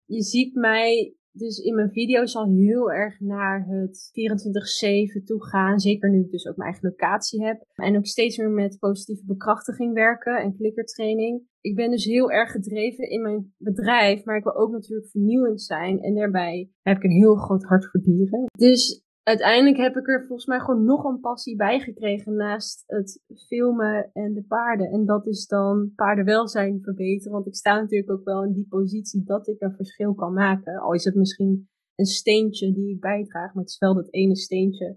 je ziet mij dus in mijn video's al heel erg naar het 24/7 toe gaan. Zeker nu ik dus ook mijn eigen locatie heb. En ook steeds meer met positieve bekrachtiging werken en klikkertraining. Ik ben dus heel erg gedreven in mijn bedrijf, maar ik wil ook natuurlijk vernieuwend zijn. En daarbij heb ik een heel groot hart voor dieren. Dus uiteindelijk heb ik er volgens mij gewoon nog een passie bij gekregen naast het filmen en de paarden. En dat is dan paardenwelzijn verbeteren. Want ik sta natuurlijk ook wel in die positie dat ik een verschil kan maken. Al is het misschien een steentje die ik bijdraag, maar het is wel dat ene steentje.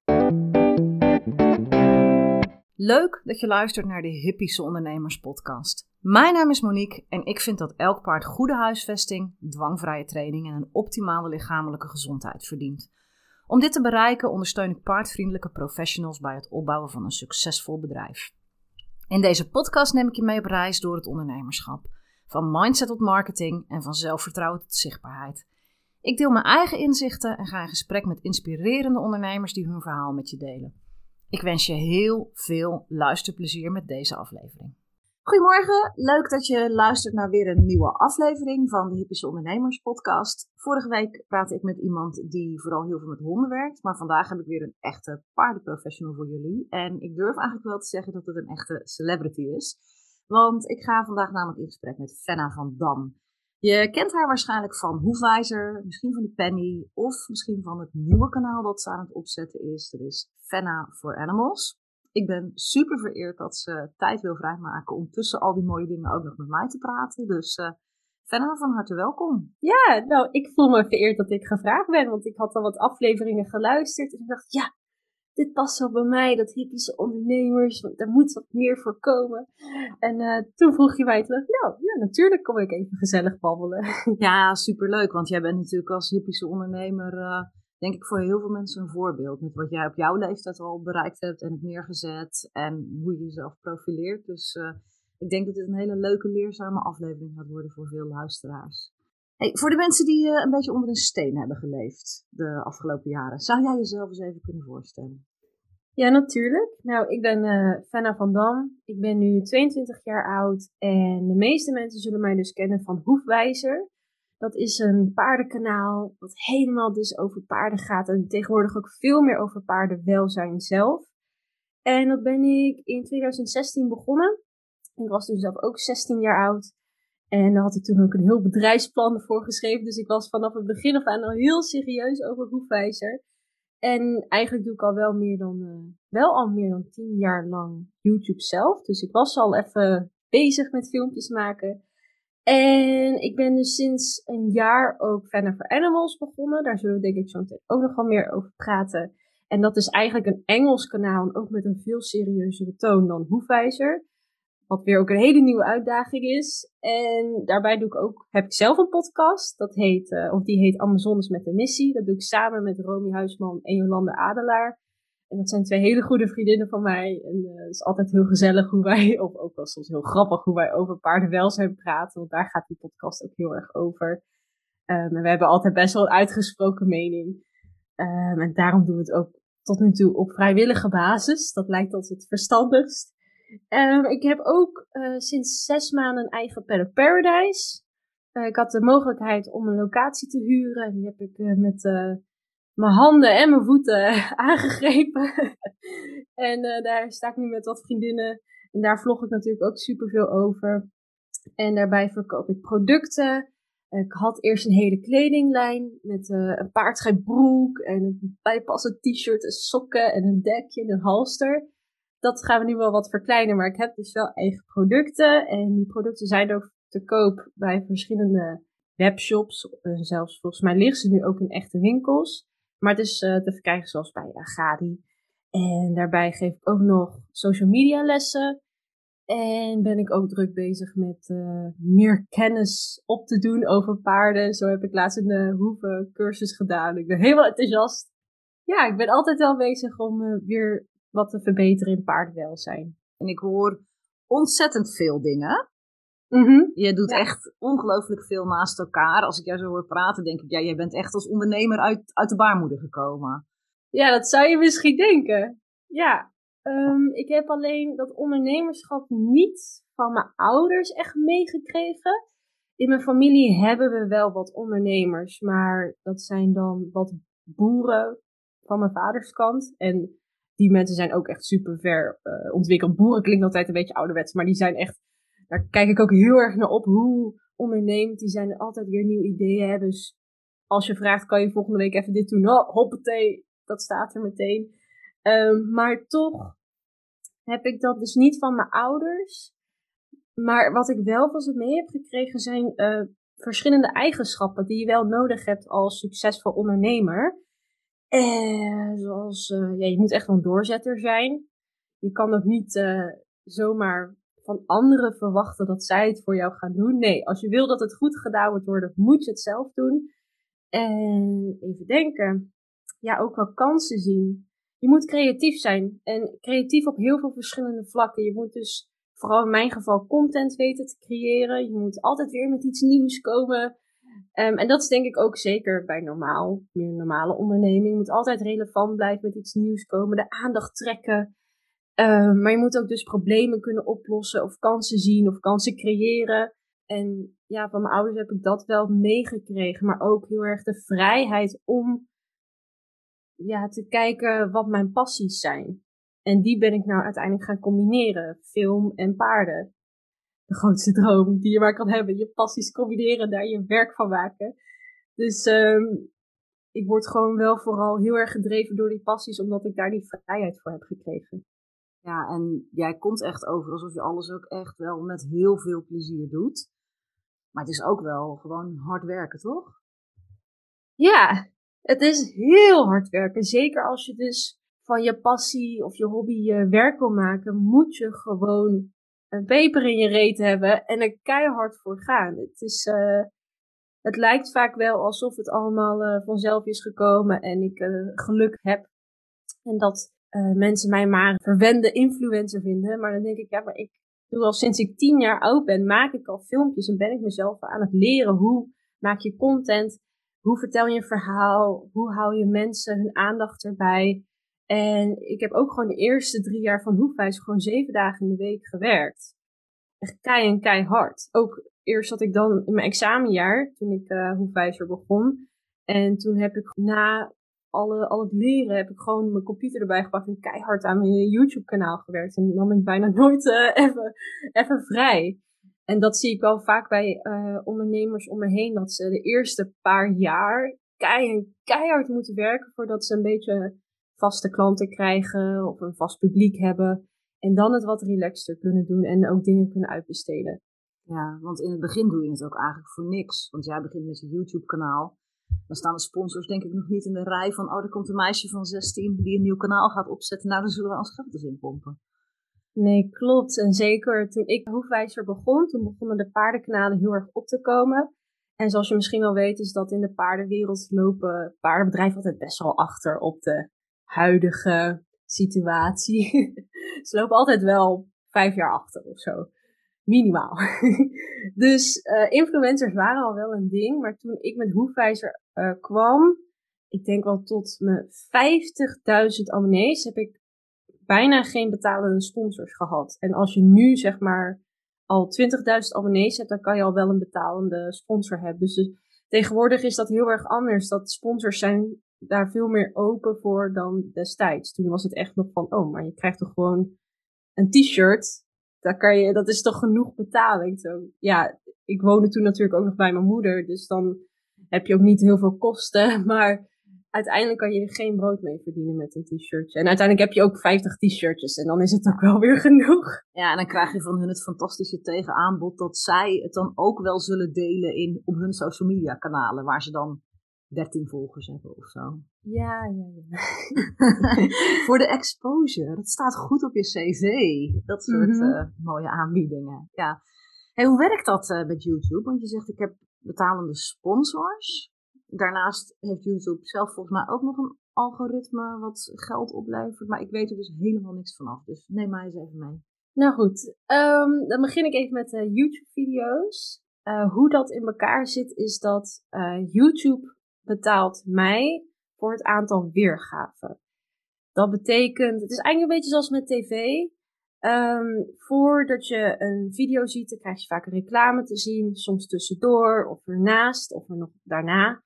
Leuk dat je luistert naar de Hippische Ondernemers podcast. Mijn naam is Monique en ik vind dat elk paard goede huisvesting, dwangvrije training en een optimale lichamelijke gezondheid verdient. Om dit te bereiken ondersteun ik paardvriendelijke professionals bij het opbouwen van een succesvol bedrijf. In deze podcast neem ik je mee op reis door het ondernemerschap. Van mindset tot marketing en van zelfvertrouwen tot zichtbaarheid. Ik deel mijn eigen inzichten en ga in gesprek met inspirerende ondernemers die hun verhaal met je delen. Ik wens je heel veel luisterplezier met deze aflevering. Goedemorgen, leuk dat je luistert naar weer een nieuwe aflevering van de Hippische Ondernemers podcast. Vorige week praatte ik met iemand die vooral heel veel met honden werkt, maar vandaag heb ik weer een echte paardenprofessional voor jullie. En ik durf eigenlijk wel te zeggen dat het een echte celebrity is, want ik ga vandaag namelijk in gesprek met Fenna van Dam. Je kent haar waarschijnlijk van Hoefwijzer, misschien van de Penny of misschien van het nieuwe kanaal dat ze aan het opzetten is. Dat is Fenna for Animals. Ik ben super vereerd dat ze tijd wil vrijmaken om tussen al die mooie dingen ook nog met mij te praten. Dus Fenna, van harte welkom. Ja, nou, ik voel me vereerd dat ik gevraagd ben, want ik had al wat afleveringen geluisterd. En ik dacht, ja, dit past wel bij mij, dat hippische ondernemers, want daar moet wat meer voor komen. En toen vroeg je mij, toen dacht ik, nou, ja, natuurlijk kom ik even gezellig babbelen. Ja, superleuk, want jij bent natuurlijk als hippische ondernemer, denk ik voor heel veel mensen een voorbeeld. Met wat jij op jouw leeftijd al bereikt hebt en hebt neergezet en hoe je jezelf profileert. Dus ik denk dat dit een hele leuke, leerzame aflevering gaat worden voor veel luisteraars. Hey, voor de mensen die een beetje onder een steen hebben geleefd de afgelopen jaren, zou jij jezelf eens even kunnen voorstellen? Ja, natuurlijk. Nou, ik ben Fenna van Dam. Ik ben nu 22 jaar oud en de meeste mensen zullen mij dus kennen van Hoefwijzer. Dat is een paardenkanaal dat helemaal dus over paarden gaat en tegenwoordig ook veel meer over paardenwelzijn zelf. En dat ben ik in 2016 begonnen. Ik was toen zelf ook 16 jaar oud. En daar had ik toen ook een heel bedrijfsplan voor geschreven. Dus ik was vanaf het begin af aan al heel serieus over Hoefwijzer. En eigenlijk doe ik al wel meer dan 10 jaar lang YouTube zelf. Dus ik was al even bezig met filmpjes maken. En ik ben dus sinds een jaar ook Fenna for Animals begonnen. Daar zullen we denk ik zo meteen ook nog wel meer over praten. En dat is eigenlijk een Engels kanaal en ook met een veel serieuzere toon dan Hoefwijzer. Wat weer ook een hele nieuwe uitdaging is. En daarbij heb ik zelf een podcast. Die heet Amazones met een missie. Dat doe ik samen met Romy Huisman en Jolande Adelaar. En dat zijn twee hele goede vriendinnen van mij. En het is altijd heel gezellig hoe wij, of ook wel soms heel grappig hoe wij over paardenwelzijn praten. Want daar gaat die podcast ook heel erg over. En we hebben altijd best wel een uitgesproken mening. En daarom doen we het ook tot nu toe op vrijwillige basis. Dat lijkt ons het verstandigst. Ik heb ook sinds 6 maanden een eigen Paddock Paradise. Ik had de mogelijkheid om een locatie te huren. En die heb ik met mijn handen en mijn voeten aangegrepen. En daar sta ik nu met wat vriendinnen. En daar vlog ik natuurlijk ook superveel over. En daarbij verkoop ik producten. Ik had eerst een hele kledinglijn met een paardrijbroek en een bijpassend t-shirt, een sokken en een dekje en een halster. Dat gaan we nu wel wat verkleinen, maar ik heb dus wel eigen producten. En die producten zijn ook te koop bij verschillende webshops. Zelfs volgens mij liggen ze nu ook in echte winkels. Maar het is te verkrijgen zoals bij Agadi. En daarbij geef ik ook nog social media lessen. En ben ik ook druk bezig met meer kennis op te doen over paarden. Zo heb ik laatst een hoevencursus gedaan. Ik ben helemaal enthousiast. Ja, ik ben altijd wel bezig om weer wat te verbeteren in paardenwelzijn. En ik hoor ontzettend veel dingen. Je doet echt ongelooflijk veel naast elkaar. Als ik jou zo hoor praten, denk ik, ja, jij bent echt als ondernemer uit de baarmoeder gekomen. Ja, dat zou je misschien denken. Ja, ik heb alleen dat ondernemerschap niet van mijn ouders echt meegekregen. In mijn familie hebben we wel wat ondernemers, maar dat zijn dan wat boeren van mijn vaders kant. En die mensen zijn ook echt super ver ontwikkeld. Boeren klinkt altijd een beetje ouderwets, maar die zijn echt, daar kijk ik ook heel erg naar op, hoe onderneemt. Die zijn altijd weer nieuwe ideeën. Hè? Dus als je vraagt, kan je volgende week even dit doen? Oh, hoppatee, dat staat er meteen. Maar toch heb ik dat dus niet van mijn ouders. Maar wat ik wel van ze mee heb gekregen zijn verschillende eigenschappen die je wel nodig hebt als succesvol ondernemer. Zoals, je moet echt wel een doorzetter zijn. Je kan ook niet zomaar van anderen verwachten dat zij het voor jou gaan doen. Nee, als je wil dat het goed gedaan wordt worden, moet je het zelf doen. En even denken. Ja, ook wel kansen zien. Je moet creatief zijn. En creatief op heel veel verschillende vlakken. Je moet dus, vooral in mijn geval, content weten te creëren. Je moet altijd weer met iets nieuws komen. En dat is denk ik ook zeker bij meer normale onderneming. Je moet altijd relevant blijven met iets nieuws komen. De aandacht trekken. Maar je moet ook dus problemen kunnen oplossen. Of kansen zien. Of kansen creëren. En ja, van mijn ouders heb ik dat wel meegekregen. Maar ook heel erg de vrijheid om te kijken wat mijn passies zijn. En die ben ik nou uiteindelijk gaan combineren. Film en paarden. De grootste droom die je maar kan hebben. Je passies combineren, daar je werk van maken. Dus ik word gewoon wel vooral heel erg gedreven door die passies. Omdat ik daar die vrijheid voor heb gekregen. Ja, en jij komt echt over alsof je alles ook echt wel met heel veel plezier doet. Maar het is ook wel gewoon hard werken, toch? Ja, het is heel hard werken. Zeker als je dus van je passie of je hobby je werk wil maken, moet je gewoon een peper in je reet hebben en er keihard voor gaan. Het lijkt vaak wel alsof het allemaal vanzelf is gekomen en ik geluk heb. En dat mensen mij maar een verwende influencer vinden. Maar dan denk ik, ja, maar ik doe al sinds ik 10 jaar oud ben, maak ik al filmpjes en ben ik mezelf aan het leren. Hoe maak je content? Hoe vertel je een verhaal? Hoe hou je mensen hun aandacht erbij? En ik heb ook gewoon de eerste 3 jaar van Hoefwijzer gewoon 7 dagen in de week gewerkt. Echt keihard. Ook eerst zat ik dan in mijn examenjaar, toen ik Hoefwijzer begon. En toen heb ik na al het leren, heb ik gewoon mijn computer erbij gepakt en keihard aan mijn YouTube-kanaal gewerkt. En dan nam ik bijna nooit even vrij. En dat zie ik wel vaak bij ondernemers om me heen, dat ze de eerste paar jaar keihard moeten werken voordat ze een beetje vaste klanten krijgen of een vast publiek hebben. En dan het wat relaxter kunnen doen en ook dingen kunnen uitbesteden. Ja, want in het begin doe je het ook eigenlijk voor niks. Want jij begint met je YouTube-kanaal. Dan staan de sponsors denk ik nog niet in de rij van, er komt een meisje van 16 die een nieuw kanaal gaat opzetten. Nou, dan zullen we ons geld eens inpompen. Nee, klopt. En zeker toen ik Hoefwijzer begon, toen begonnen de paardenkanalen heel erg op te komen. En zoals je misschien wel weet, is dat in de paardenwereld lopen paardenbedrijven altijd best wel achter op de huidige situatie. Ze lopen altijd wel 5 jaar achter of zo. Minimaal. Dus influencers waren al wel een ding. Maar toen ik met Hoefwijzer kwam, ik denk wel tot mijn 50.000 abonnees, heb ik bijna geen betalende sponsors gehad. En als je nu zeg maar al 20.000 abonnees hebt, dan kan je al wel een betalende sponsor hebben. Dus tegenwoordig is dat heel erg anders. Dat sponsors zijn daar veel meer open voor dan destijds. Toen was het echt nog van, oh, maar je krijgt toch gewoon een t-shirt. Dat is toch genoeg betaling. Zo, ja, ik woonde toen natuurlijk ook nog bij mijn moeder. Dus dan heb je ook niet heel veel kosten. Maar uiteindelijk kan je er geen brood mee verdienen met een t-shirtje. En uiteindelijk heb je ook 50 t-shirtjes. En dan is het ook wel weer genoeg. Ja, en dan krijg je van hun het fantastische tegenaanbod dat zij het dan ook wel zullen delen op hun social media kanalen. Waar ze dan 13 volgers hebben of zo. Ja. Voor de exposure. Dat staat goed op je cv. Dat soort mooie aanbiedingen. Ja. Hey, hoe werkt dat met YouTube? Want je zegt, ik heb betalende sponsors. Daarnaast heeft YouTube zelf volgens mij ook nog een algoritme wat geld oplevert. Maar ik weet er dus helemaal niks vanaf. Dus neem mij eens even mee. Nou goed, dan begin ik even met de YouTube-video's. Hoe dat in elkaar zit is dat YouTube betaalt mij voor het aantal weergaven. Dat betekent, het is eigenlijk een beetje zoals met tv. Voordat je een video ziet, dan krijg je vaak een reclame te zien. Soms tussendoor of ernaast of er nog daarna.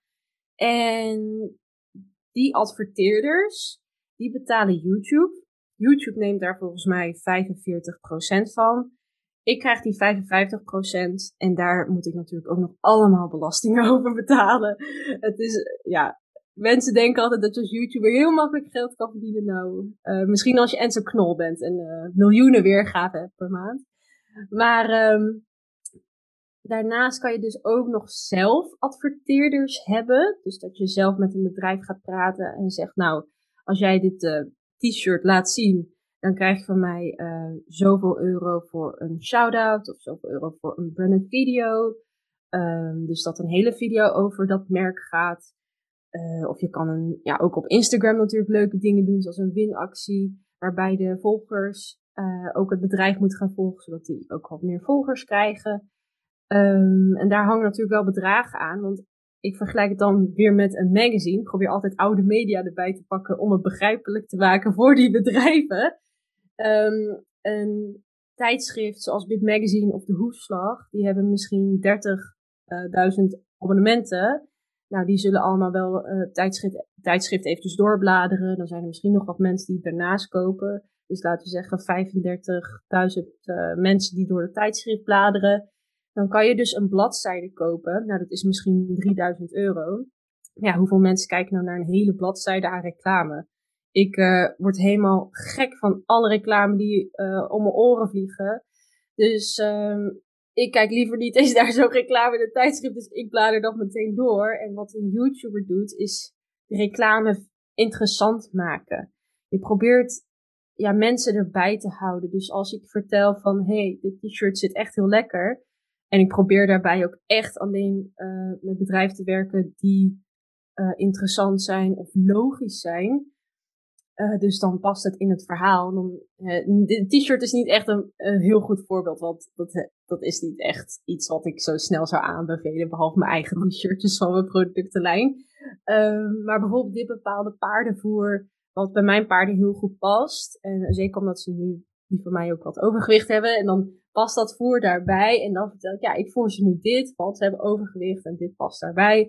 En die adverteerders, die betalen YouTube. YouTube neemt daar volgens mij 45% van. Ik krijg die 55% en daar moet ik natuurlijk ook nog allemaal belastingen over betalen. Het is, mensen denken altijd dat je als YouTuber heel makkelijk geld kan verdienen. Nou, misschien als je Enzo Knol bent en miljoenen weergaven hebt per maand. Maar daarnaast kan je dus ook nog zelf adverteerders hebben. Dus dat je zelf met een bedrijf gaat praten en zegt, nou, als jij dit t-shirt laat zien, dan krijg je van mij zoveel euro voor een shout-out of zoveel euro voor een branded video. Dus dat een hele video over dat merk gaat. Of je kan ook op Instagram natuurlijk leuke dingen doen, zoals een winactie, waarbij de volgers ook het bedrijf moeten gaan volgen, zodat die ook wat meer volgers krijgen. En daar hangen natuurlijk wel bedragen aan, want ik vergelijk het dan weer met een magazine. Ik probeer altijd oude media erbij te pakken om het begrijpelijk te maken voor die bedrijven. Een tijdschrift zoals Bit Magazine of De Hoefslag, die hebben misschien 30.000 abonnementen. Nou, die zullen allemaal wel tijdschrift eventjes doorbladeren. Dan zijn er misschien nog wat mensen die het daarnaast kopen. Dus laten we zeggen 35.000 mensen die door het tijdschrift bladeren. Dan kan je dus een bladzijde kopen. Nou, dat is misschien €3.000. Ja, hoeveel mensen kijken nou naar een hele bladzijde aan reclame? Ik word helemaal gek van alle reclame die om mijn oren vliegen. Dus ik kijk liever niet eens naar zo'n reclame in de tijdschrift. Dus ik blader dat meteen door. En wat een YouTuber doet, is de reclame interessant maken. Je probeert mensen erbij te houden. Dus als ik vertel van, hey, dit t-shirt zit echt heel lekker. En ik probeer daarbij ook echt alleen met bedrijven te werken die interessant zijn of logisch zijn. Dus dan past het in het verhaal. De t-shirt is niet echt een heel goed voorbeeld, want dat is niet echt iets wat ik zo snel zou aanbevelen, behalve mijn eigen t-shirtjes van mijn productenlijn. Maar bijvoorbeeld dit bepaalde paardenvoer, wat bij mijn paarden heel goed past. En zeker omdat ze nu, die van mij ook wat overgewicht hebben. En dan past dat voer daarbij. En dan vertel ik, ja, ik voer ze nu dit, want ze hebben overgewicht en dit past daarbij.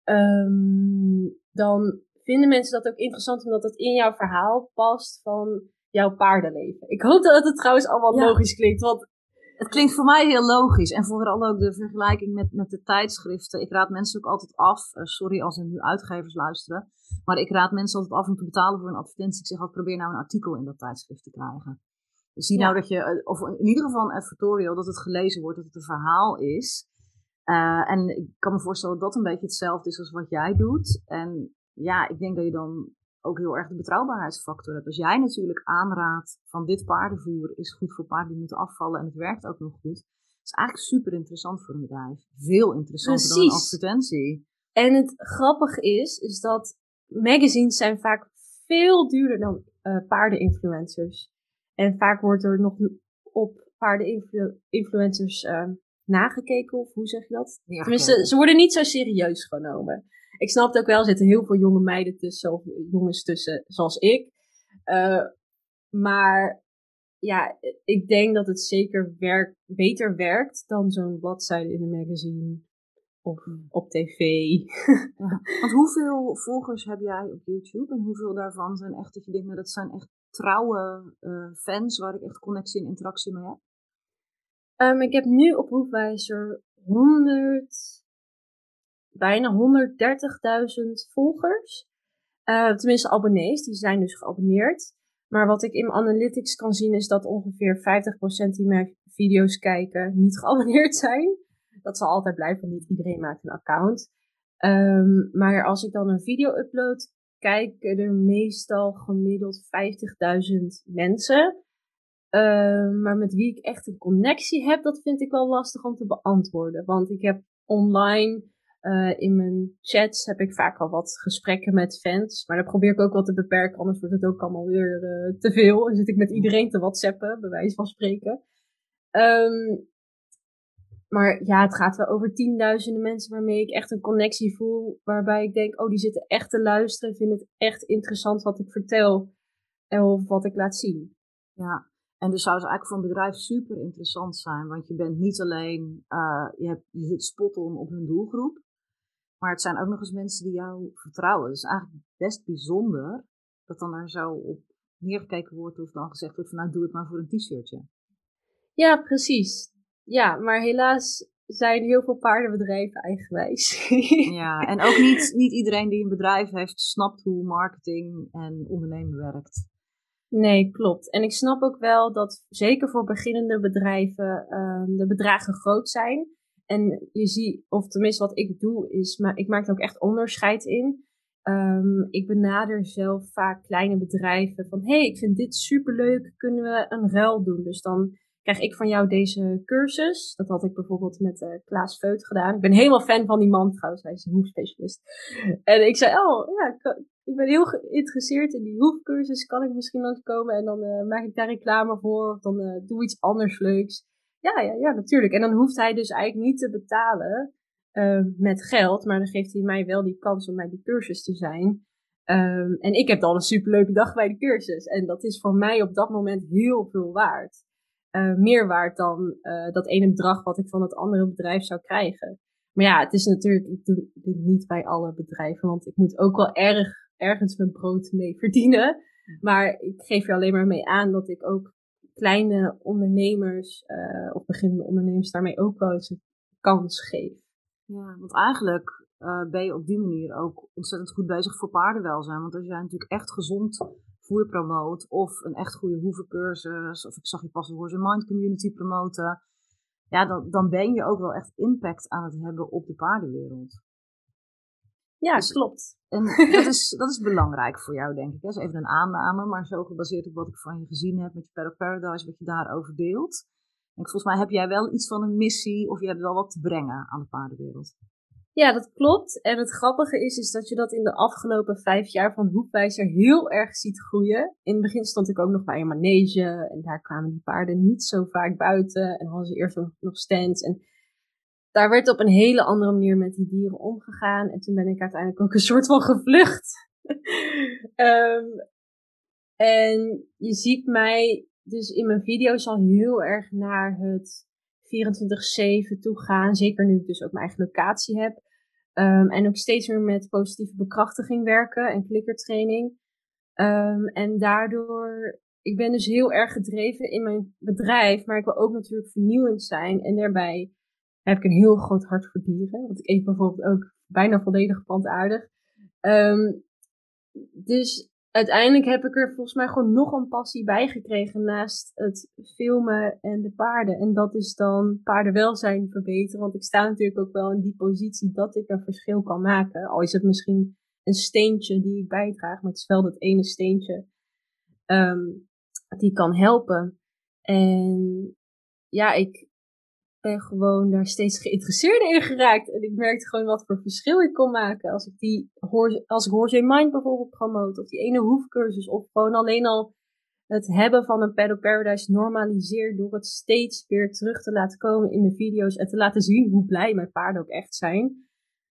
Dan vinden mensen dat ook interessant, omdat het in jouw verhaal past van jouw paardenleven. Ik hoop dat het trouwens allemaal logisch klinkt, want het klinkt voor mij heel logisch. En vooral ook de vergelijking met de tijdschriften. Ik raad mensen ook altijd af, sorry als er nu uitgevers luisteren, maar ik raad mensen altijd af om te betalen voor een advertentie. Ik zeg altijd, probeer nou een artikel in dat tijdschrift te krijgen. Dus zie nou dat je, of in ieder geval een advertorial, dat het gelezen wordt, dat het een verhaal is. En ik kan me voorstellen dat dat een beetje hetzelfde is als wat jij doet. En ja, ik denk dat je dan ook heel erg de betrouwbaarheidsfactor hebt. Als jij natuurlijk aanraadt van dit paardenvoer is goed voor paarden die moeten afvallen en het werkt ook nog goed. Dat is eigenlijk super interessant voor een bedrijf. Veel interessanter dan een advertentie. En het grappige is dat magazines zijn vaak veel duurder dan paardeninfluencers. En vaak wordt er nog op paardeninfluencers nagekeken, of hoe zeg je dat? Tenminste, ze worden niet zo serieus genomen. Ik snap het ook wel, er zitten heel veel jonge meiden tussen, of jongens tussen, zoals ik. Maar ja, ik denk dat het zeker beter werkt dan zo'n bladzijde in een magazine of op tv. Ja. Want hoeveel volgers heb jij op YouTube? En hoeveel daarvan zijn echt dat je denkt, nou, dat zijn echt trouwe fans waar ik echt connectie en interactie mee heb? Ik heb nu op Hoefwijzer bijna 130.000 volgers. Tenminste abonnees, die zijn dus geabonneerd. Maar wat ik in mijn analytics kan zien is dat ongeveer 50% die mijn video's kijken niet geabonneerd zijn. Dat zal altijd blijven, want niet iedereen maakt een account. Maar als ik dan een video upload, kijken er meestal gemiddeld 50.000 mensen. Maar met wie ik echt een connectie heb, dat vind ik wel lastig om te beantwoorden. Want ik heb online, in mijn chats, heb ik vaak al wat gesprekken met fans. Maar dat probeer ik ook wel te beperken, anders wordt het ook allemaal weer te veel. Dan zit ik met iedereen te whatsappen, bij wijze van spreken. Maar ja, het gaat wel over tienduizenden mensen waarmee ik echt een connectie voel. Waarbij ik denk, oh, die zitten echt te luisteren. Vinden het echt interessant wat ik vertel. Of wat ik laat zien. Ja, En dus zou het eigenlijk voor een bedrijf super interessant zijn. Want je bent niet alleen, je zit spot on op hun doelgroep. Maar het zijn ook nog eens mensen die jou vertrouwen. Dus eigenlijk best bijzonder dat dan er zo op neergekeken wordt. Of dan gezegd wordt van nou doe het maar voor een t-shirtje. Ja, precies. Ja, maar helaas zijn heel veel paardenbedrijven eigenwijs. Ja, en ook niet iedereen die een bedrijf heeft snapt hoe marketing en ondernemen werkt. Nee, klopt. En ik snap ook wel dat zeker voor beginnende bedrijven de bedragen groot zijn. En je ziet, of tenminste wat ik doe, is, maar ik maak er ook echt onderscheid in. Ik benader zelf vaak kleine bedrijven van, hey, ik vind dit superleuk, kunnen we een ruil doen? Dus dan krijg ik van jou deze cursus. Dat had ik bijvoorbeeld met Klaas Veut gedaan. Ik ben helemaal fan van die man trouwens, hij is een hoefspecialist. En ik zei, oh ja, ik ben heel geïnteresseerd in die hoefcursus. Kan ik misschien langskomen en dan maak ik daar reclame voor. Of dan doe iets anders leuks. Ja, natuurlijk. En dan hoeft hij dus eigenlijk niet te betalen met geld. Maar dan geeft hij mij wel die kans om bij die cursus te zijn. En ik heb dan een superleuke dag bij de cursus. En dat is voor mij op dat moment heel veel waard. Meer waard dan dat ene bedrag wat ik van het andere bedrijf zou krijgen. Maar ja, het is natuurlijk, ik doe dit niet bij alle bedrijven. Want ik moet ook wel ergens mijn brood mee verdienen. Maar ik geef je alleen maar mee aan dat ik ook kleine ondernemers of beginnende ondernemers daarmee ook wel eens een kans geef. Ja, want eigenlijk ben je op die manier ook ontzettend goed bezig voor paardenwelzijn. Want als jij natuurlijk echt gezond voer promoot of een echt goede hoevencursus, of ik zag je pas de Horse Mind Community promoten, ja, dan ben je ook wel echt impact aan het hebben op de paardenwereld. Ja, dus, klopt. En dat is belangrijk voor jou, denk ik. Dat is even een aanname, maar zo gebaseerd op wat ik van je gezien heb met je Paddock Paradise, wat je daarover deelt. En volgens mij heb jij wel iets van een missie, of je hebt wel wat te brengen aan de paardenwereld. Ja, dat klopt. En het grappige is dat je dat in de afgelopen 5 jaar van Hoefwijzer heel erg ziet groeien. In het begin stond ik ook nog bij een manege en daar kwamen die paarden niet zo vaak buiten. En hadden ze eerst nog stands. En daar werd op een hele andere manier met die dieren omgegaan. En toen ben ik uiteindelijk ook een soort van gevlucht. En je ziet mij dus in mijn video's al heel erg naar het 24/7 toe gaan. Zeker nu ik dus ook mijn eigen locatie heb. En ook steeds meer met positieve bekrachtiging werken en klikkertraining. En daardoor, ik ben dus heel erg gedreven in mijn bedrijf, maar ik wil ook natuurlijk vernieuwend zijn. En daarbij heb ik een heel groot hart voor dieren. Want ik eet bijvoorbeeld ook bijna volledig plantaardig. Dus uiteindelijk heb ik er volgens mij gewoon nog een passie bij gekregen naast het filmen en de paarden. En dat is dan paardenwelzijn verbeteren. Want ik sta natuurlijk ook wel in die positie dat ik een verschil kan maken. Al is het misschien een steentje die ik bijdraag, maar het is wel dat ene steentje die kan helpen. En ja, ik ben gewoon daar steeds geïnteresseerder in geraakt. En ik merkte gewoon wat voor verschil ik kon maken. Als ik Horse Mind bijvoorbeeld promote. Of die ene hoefcursus. Of gewoon alleen al het hebben van een Paddock Paradise normaliseer. Door het steeds weer terug te laten komen in mijn video's. En te laten zien hoe blij mijn paarden ook echt zijn.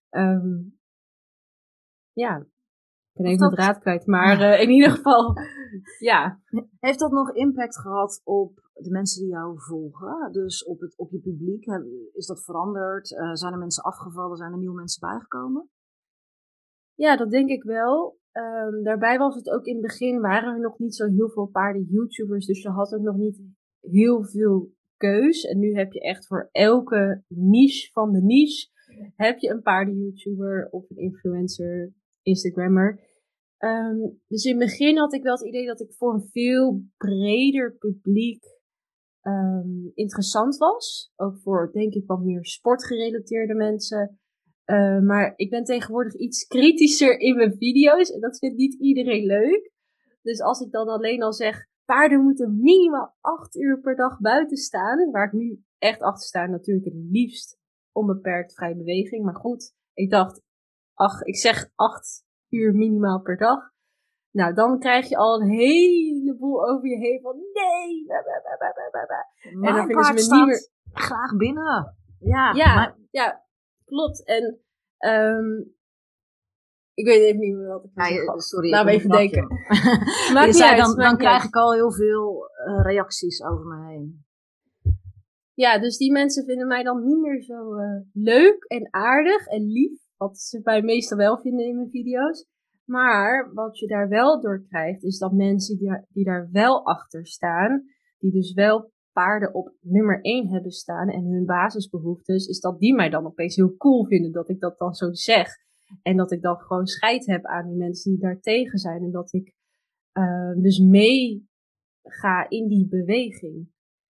Ja, ik ben even de draad kwijt. Maar in ieder geval, ja. Heeft dat nog impact gehad op de mensen die jou volgen? Dus op je publiek? Is dat veranderd? Zijn er mensen afgevallen? Zijn er nieuwe mensen bijgekomen? Ja, dat denk ik wel. Daarbij was het ook in het begin, waren er nog niet zo heel veel paarden-YouTubers. Dus je had ook nog niet heel veel keus. En nu heb je echt voor elke niche van de niche, heb je een paarden-YouTuber of een influencer, Instagrammer. Dus in het begin had ik wel het idee dat ik voor een veel breder publiek interessant was. Ook voor, denk ik, wat meer sportgerelateerde mensen. Maar ik ben tegenwoordig iets kritischer in mijn video's. En dat vindt niet iedereen leuk. Dus als ik dan alleen al zeg, paarden moeten minimaal 8 uur per dag buiten staan. Waar ik nu echt achter sta, natuurlijk het liefst onbeperkt vrije beweging. Maar goed, ik dacht, ik zeg 8 uur minimaal per dag. Nou, dan krijg je al een heleboel over je heen van nee. En dan vinden ze me niet meer graag binnen. Ja, klopt. En Ik weet even niet meer wat ik wil zeggen. Sorry, laat me even denken. Je zei dan krijg ik al heel veel reacties over me heen. Ja, dus die mensen vinden mij dan niet meer zo leuk en aardig en lief. Wat ze mij meestal wel vinden in mijn video's. Maar wat je daar wel door krijgt, is dat mensen die daar wel achter staan, die dus wel paarden op nummer 1 hebben staan en hun basisbehoeftes, is dat die mij dan opeens heel cool vinden dat ik dat dan zo zeg. En dat ik dan gewoon scheid heb aan die mensen die daar tegen zijn. En dat ik dus mee ga in die beweging.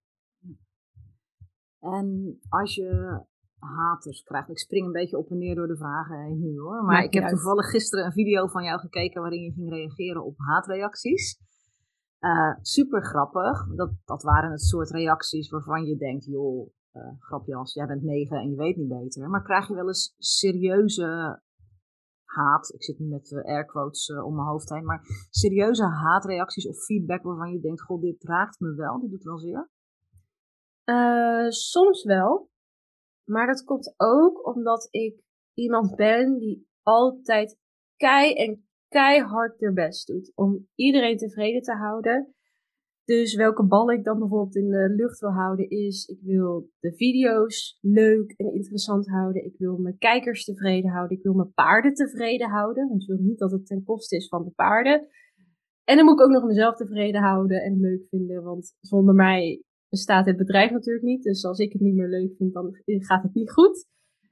En als je haters krijgt, ik spring een beetje op en neer door de vragen heen nu hoor. Maar ik heb toevallig gisteren een video van jou gekeken waarin je ging reageren op haatreacties. Super grappig. Dat waren het soort reacties waarvan je denkt, joh, grapjas, jij bent 9 en je weet niet beter. Maar krijg je wel eens serieuze haat, ik zit nu met airquotes om mijn hoofd heen, maar serieuze haatreacties of feedback waarvan je denkt, goh, dit raakt me wel, dit doet wel zeer? Soms wel. Maar dat komt ook omdat ik iemand ben die altijd keihard haar best doet om iedereen tevreden te houden. Dus welke bal ik dan bijvoorbeeld in de lucht wil houden is, ik wil de video's leuk en interessant houden. Ik wil mijn kijkers tevreden houden. Ik wil mijn paarden tevreden houden. Want je wil niet dat het ten koste is van de paarden. En dan moet ik ook nog mezelf tevreden houden en leuk vinden. Want zonder mij bestaat het bedrijf natuurlijk niet. Dus als ik het niet meer leuk vind, dan gaat het niet goed.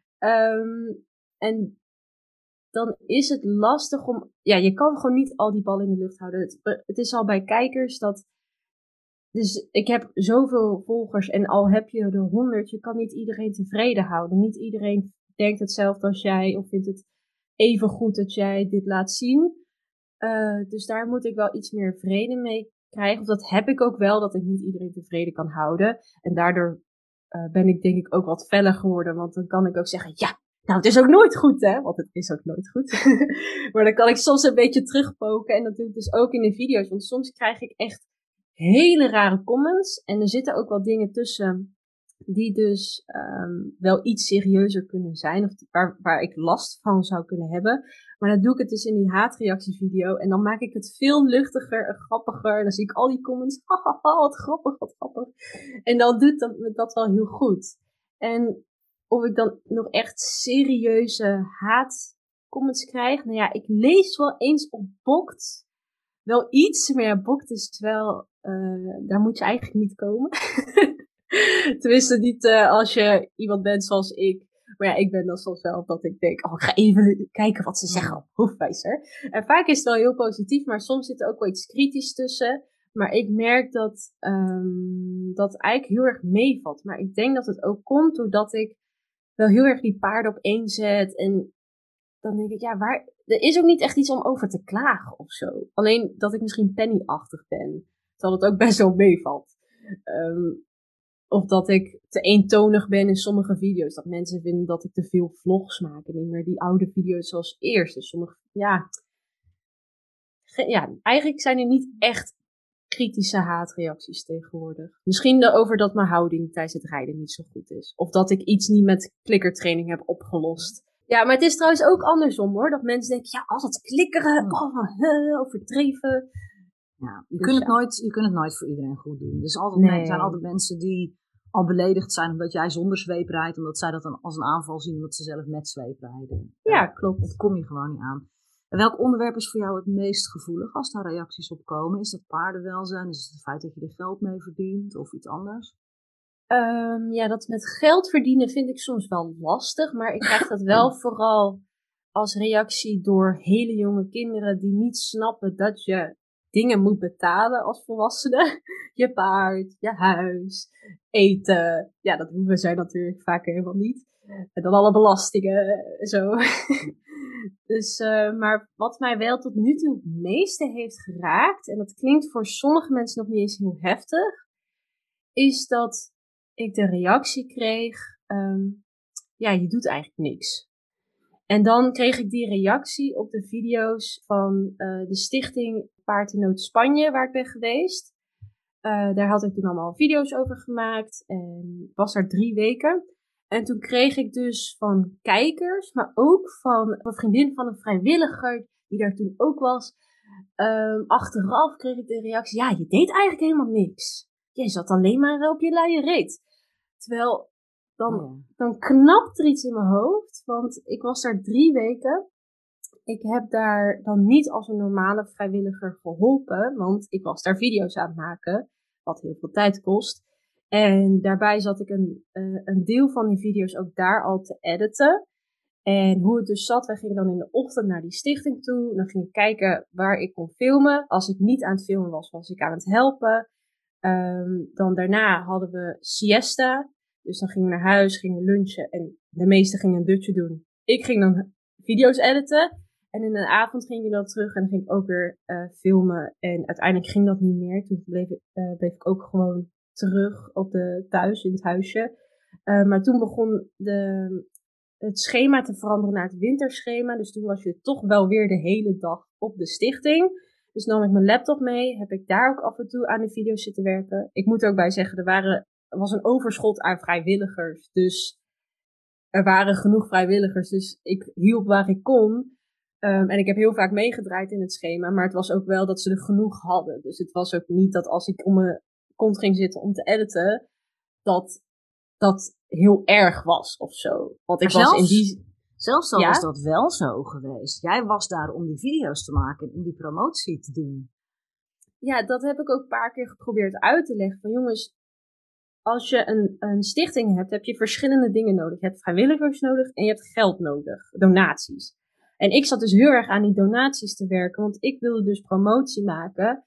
En dan is het lastig om... Ja, je kan gewoon niet al die ballen in de lucht houden. Het is al bij kijkers dat... Dus ik heb zoveel volgers en al heb je er 100, je kan niet iedereen tevreden houden. Niet iedereen denkt hetzelfde als jij of vindt het even goed dat jij dit laat zien. Dus daar moet ik wel iets meer vrede mee krijgen. Of dat heb ik ook wel, dat ik niet iedereen tevreden kan houden. En daardoor ben ik denk ik ook wat feller geworden. Want dan kan ik ook zeggen, ja, nou het is ook nooit goed hè. Want het is ook nooit goed. Maar dan kan ik soms een beetje terugpoken. En dat doe ik dus ook in de video's. Want soms krijg ik echt hele rare comments. En er zitten ook wel dingen tussen die dus wel iets serieuzer kunnen zijn. Of waar ik last van zou kunnen hebben. Maar dan doe ik het dus in die haatreactievideo. En dan maak ik het veel luchtiger en grappiger. En dan zie ik al die comments. Hahaha, wat grappig, wat grappig. En dan doet dat wel heel goed. En of ik dan nog echt serieuze haatcomments krijg. Nou ja, ik lees wel eens op Bokt wel iets. Maar ja, Bokt is wel... daar moet je eigenlijk niet komen. Tenminste niet als je iemand bent zoals ik. Maar ja, ik ben dan soms wel dat ik denk, ik ga even kijken wat ze zeggen op Hoefwijzer. En vaak is het wel heel positief, maar soms zit er ook wel iets kritisch tussen. Maar ik merk dat dat eigenlijk heel erg meevalt. Maar ik denk dat het ook komt doordat ik wel heel erg die paarden op één zet. En dan denk ik, ja, er is ook niet echt iets om over te klagen of zo. Alleen dat ik misschien penny-achtig ben. Terwijl het ook best wel meevalt. Of dat ik te eentonig ben in sommige video's. Dat mensen vinden dat ik te veel vlogs maak. En niet meer die oude video's zoals eerst. Dus sommige, ja, eigenlijk zijn er niet echt kritische haatreacties tegenwoordig. Misschien over dat mijn houding tijdens het rijden niet zo goed is. Of dat ik iets niet met klikkertraining heb opgelost. Ja, maar het is trouwens ook andersom hoor. Dat mensen denken, ja, als het klikkeren, overdreven. Ja, je kunt het nooit voor iedereen goed doen. Dus er zijn altijd mensen die al beledigd zijn omdat jij zonder zweep rijdt. Omdat zij dat dan als een aanval zien omdat ze zelf met zweep rijden. Ja, klopt. Dat kom je gewoon niet aan. En welk onderwerp is voor jou het meest gevoelig als daar reacties op komen? Is dat paardenwelzijn? Is het het feit dat je er geld mee verdient of iets anders? Ja, dat met geld verdienen vind ik soms wel lastig. Maar ik krijg dat wel vooral als reactie door hele jonge kinderen die niet snappen dat je dingen moet betalen als volwassene. Je paard, je huis, eten. Ja, dat hoeven zij natuurlijk vaak helemaal niet. En dan alle belastingen en zo. Dus, maar wat mij wel tot nu toe het meeste heeft geraakt, en dat klinkt voor sommige mensen nog niet eens heel heftig, is dat ik de reactie kreeg, ja, je doet eigenlijk niks. En dan kreeg ik die reactie op de video's van de stichting Paard in Nood Spanje, waar ik ben geweest. Daar had ik toen allemaal video's over gemaakt en ik was daar 3 weken. En toen kreeg ik dus van kijkers, maar ook van een vriendin van een vrijwilliger die daar toen ook was. Achteraf kreeg ik de reactie, ja, je deed eigenlijk helemaal niks. Je zat alleen maar op je luie reet. Terwijl, dan knapt er iets in mijn hoofd, want ik was daar 3 weken. Ik heb daar dan niet als een normale vrijwilliger geholpen, want ik was daar video's aan het maken, wat heel veel tijd kost. En daarbij zat ik een deel van die video's ook daar al te editen. En hoe het dus zat, wij gingen dan in de ochtend naar die stichting toe. Dan ging ik kijken waar ik kon filmen. Als ik niet aan het filmen was, was ik aan het helpen. Dan daarna hadden we siesta. Dus dan gingen we naar huis, gingen we lunchen. En de meesten gingen een dutje doen. Ik ging dan video's editen. En in de avond ging je dan terug en dan ging ik ook weer filmen. En uiteindelijk ging dat niet meer. Toen bleef ik ook gewoon terug thuis in het huisje. Maar toen begon het schema te veranderen naar het winterschema. Dus toen was je toch wel weer de hele dag op de stichting. Dus nam ik mijn laptop mee. Heb ik daar ook af en toe aan de video's zitten werken. Ik moet er ook bij zeggen, er was een overschot aan vrijwilligers. Dus er waren genoeg vrijwilligers. Dus ik hielp waar ik kon. En ik heb heel vaak meegedraaid in het schema. Maar het was ook wel dat ze er genoeg hadden. Dus het was ook niet dat als ik om mijn kont ging zitten om te editen, dat heel erg was of zo. Want ik was in die... Zelfs al was dat wel zo geweest. Jij was daar om die video's te maken en om die promotie te doen. Ja, dat heb ik ook een paar keer geprobeerd uit te leggen. Van jongens, als je een stichting hebt, heb je verschillende dingen nodig. Je hebt vrijwilligers nodig en je hebt geld nodig. Donaties. En ik zat dus heel erg aan die donaties te werken. Want ik wilde dus promotie maken.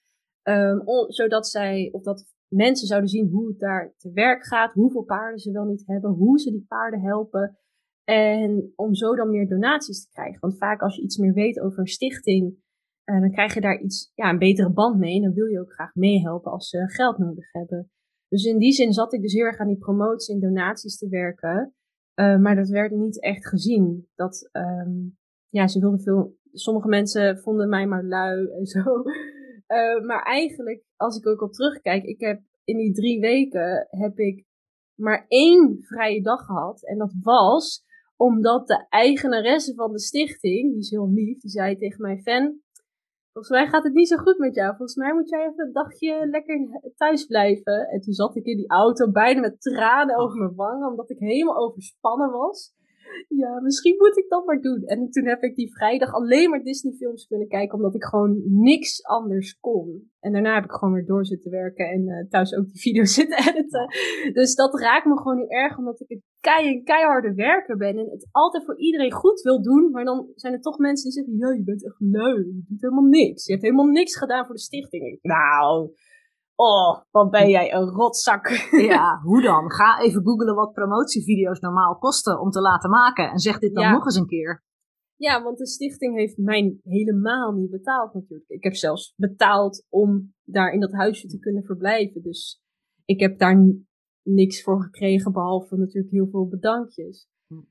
Zodat mensen zouden zien hoe het daar te werk gaat. Hoeveel paarden ze wel niet hebben. Hoe ze die paarden helpen. En om zo dan meer donaties te krijgen. Want vaak als je iets meer weet over een stichting, dan krijg je daar een betere band mee. En dan wil je ook graag meehelpen als ze geld nodig hebben. Dus in die zin zat ik dus heel erg aan die promotie en donaties te werken. Maar dat werd niet echt gezien. Ze wilden veel. Sommige mensen vonden mij maar lui en zo. Maar eigenlijk, als ik ook op terugkijk, ik heb in die 3 weken heb ik maar 1 vrije dag gehad. En dat was omdat de eigenaresse van de stichting, die is heel lief, die zei tegen mij, Fen, volgens mij gaat het niet zo goed met jou. Volgens mij moet jij even een dagje lekker thuis blijven. En toen zat ik in die auto bijna met tranen over mijn wangen, omdat ik helemaal overspannen was. Ja, misschien moet ik dat maar doen. En toen heb ik die vrijdag alleen maar Disney films kunnen kijken, omdat ik gewoon niks anders kon. En daarna heb ik gewoon weer door zitten werken en thuis ook die video's zitten editen. Dus dat raakt me gewoon heel erg, omdat ik een keiharde werker ben en het altijd voor iedereen goed wil doen. Maar dan zijn er toch mensen die zeggen, ja, je bent echt lui, je doet helemaal niks. Je hebt helemaal niks gedaan voor de stichting. Nou, wat ben jij een rotzak. Ja, hoe dan? Ga even googlen wat promotievideo's normaal kosten om te laten maken. En zeg dit dan nog eens een keer. Ja, want de stichting heeft mij helemaal niet betaald natuurlijk. Ik heb zelfs betaald om daar in dat huisje te kunnen verblijven. Dus ik heb daar niks voor gekregen, behalve natuurlijk heel veel bedankjes.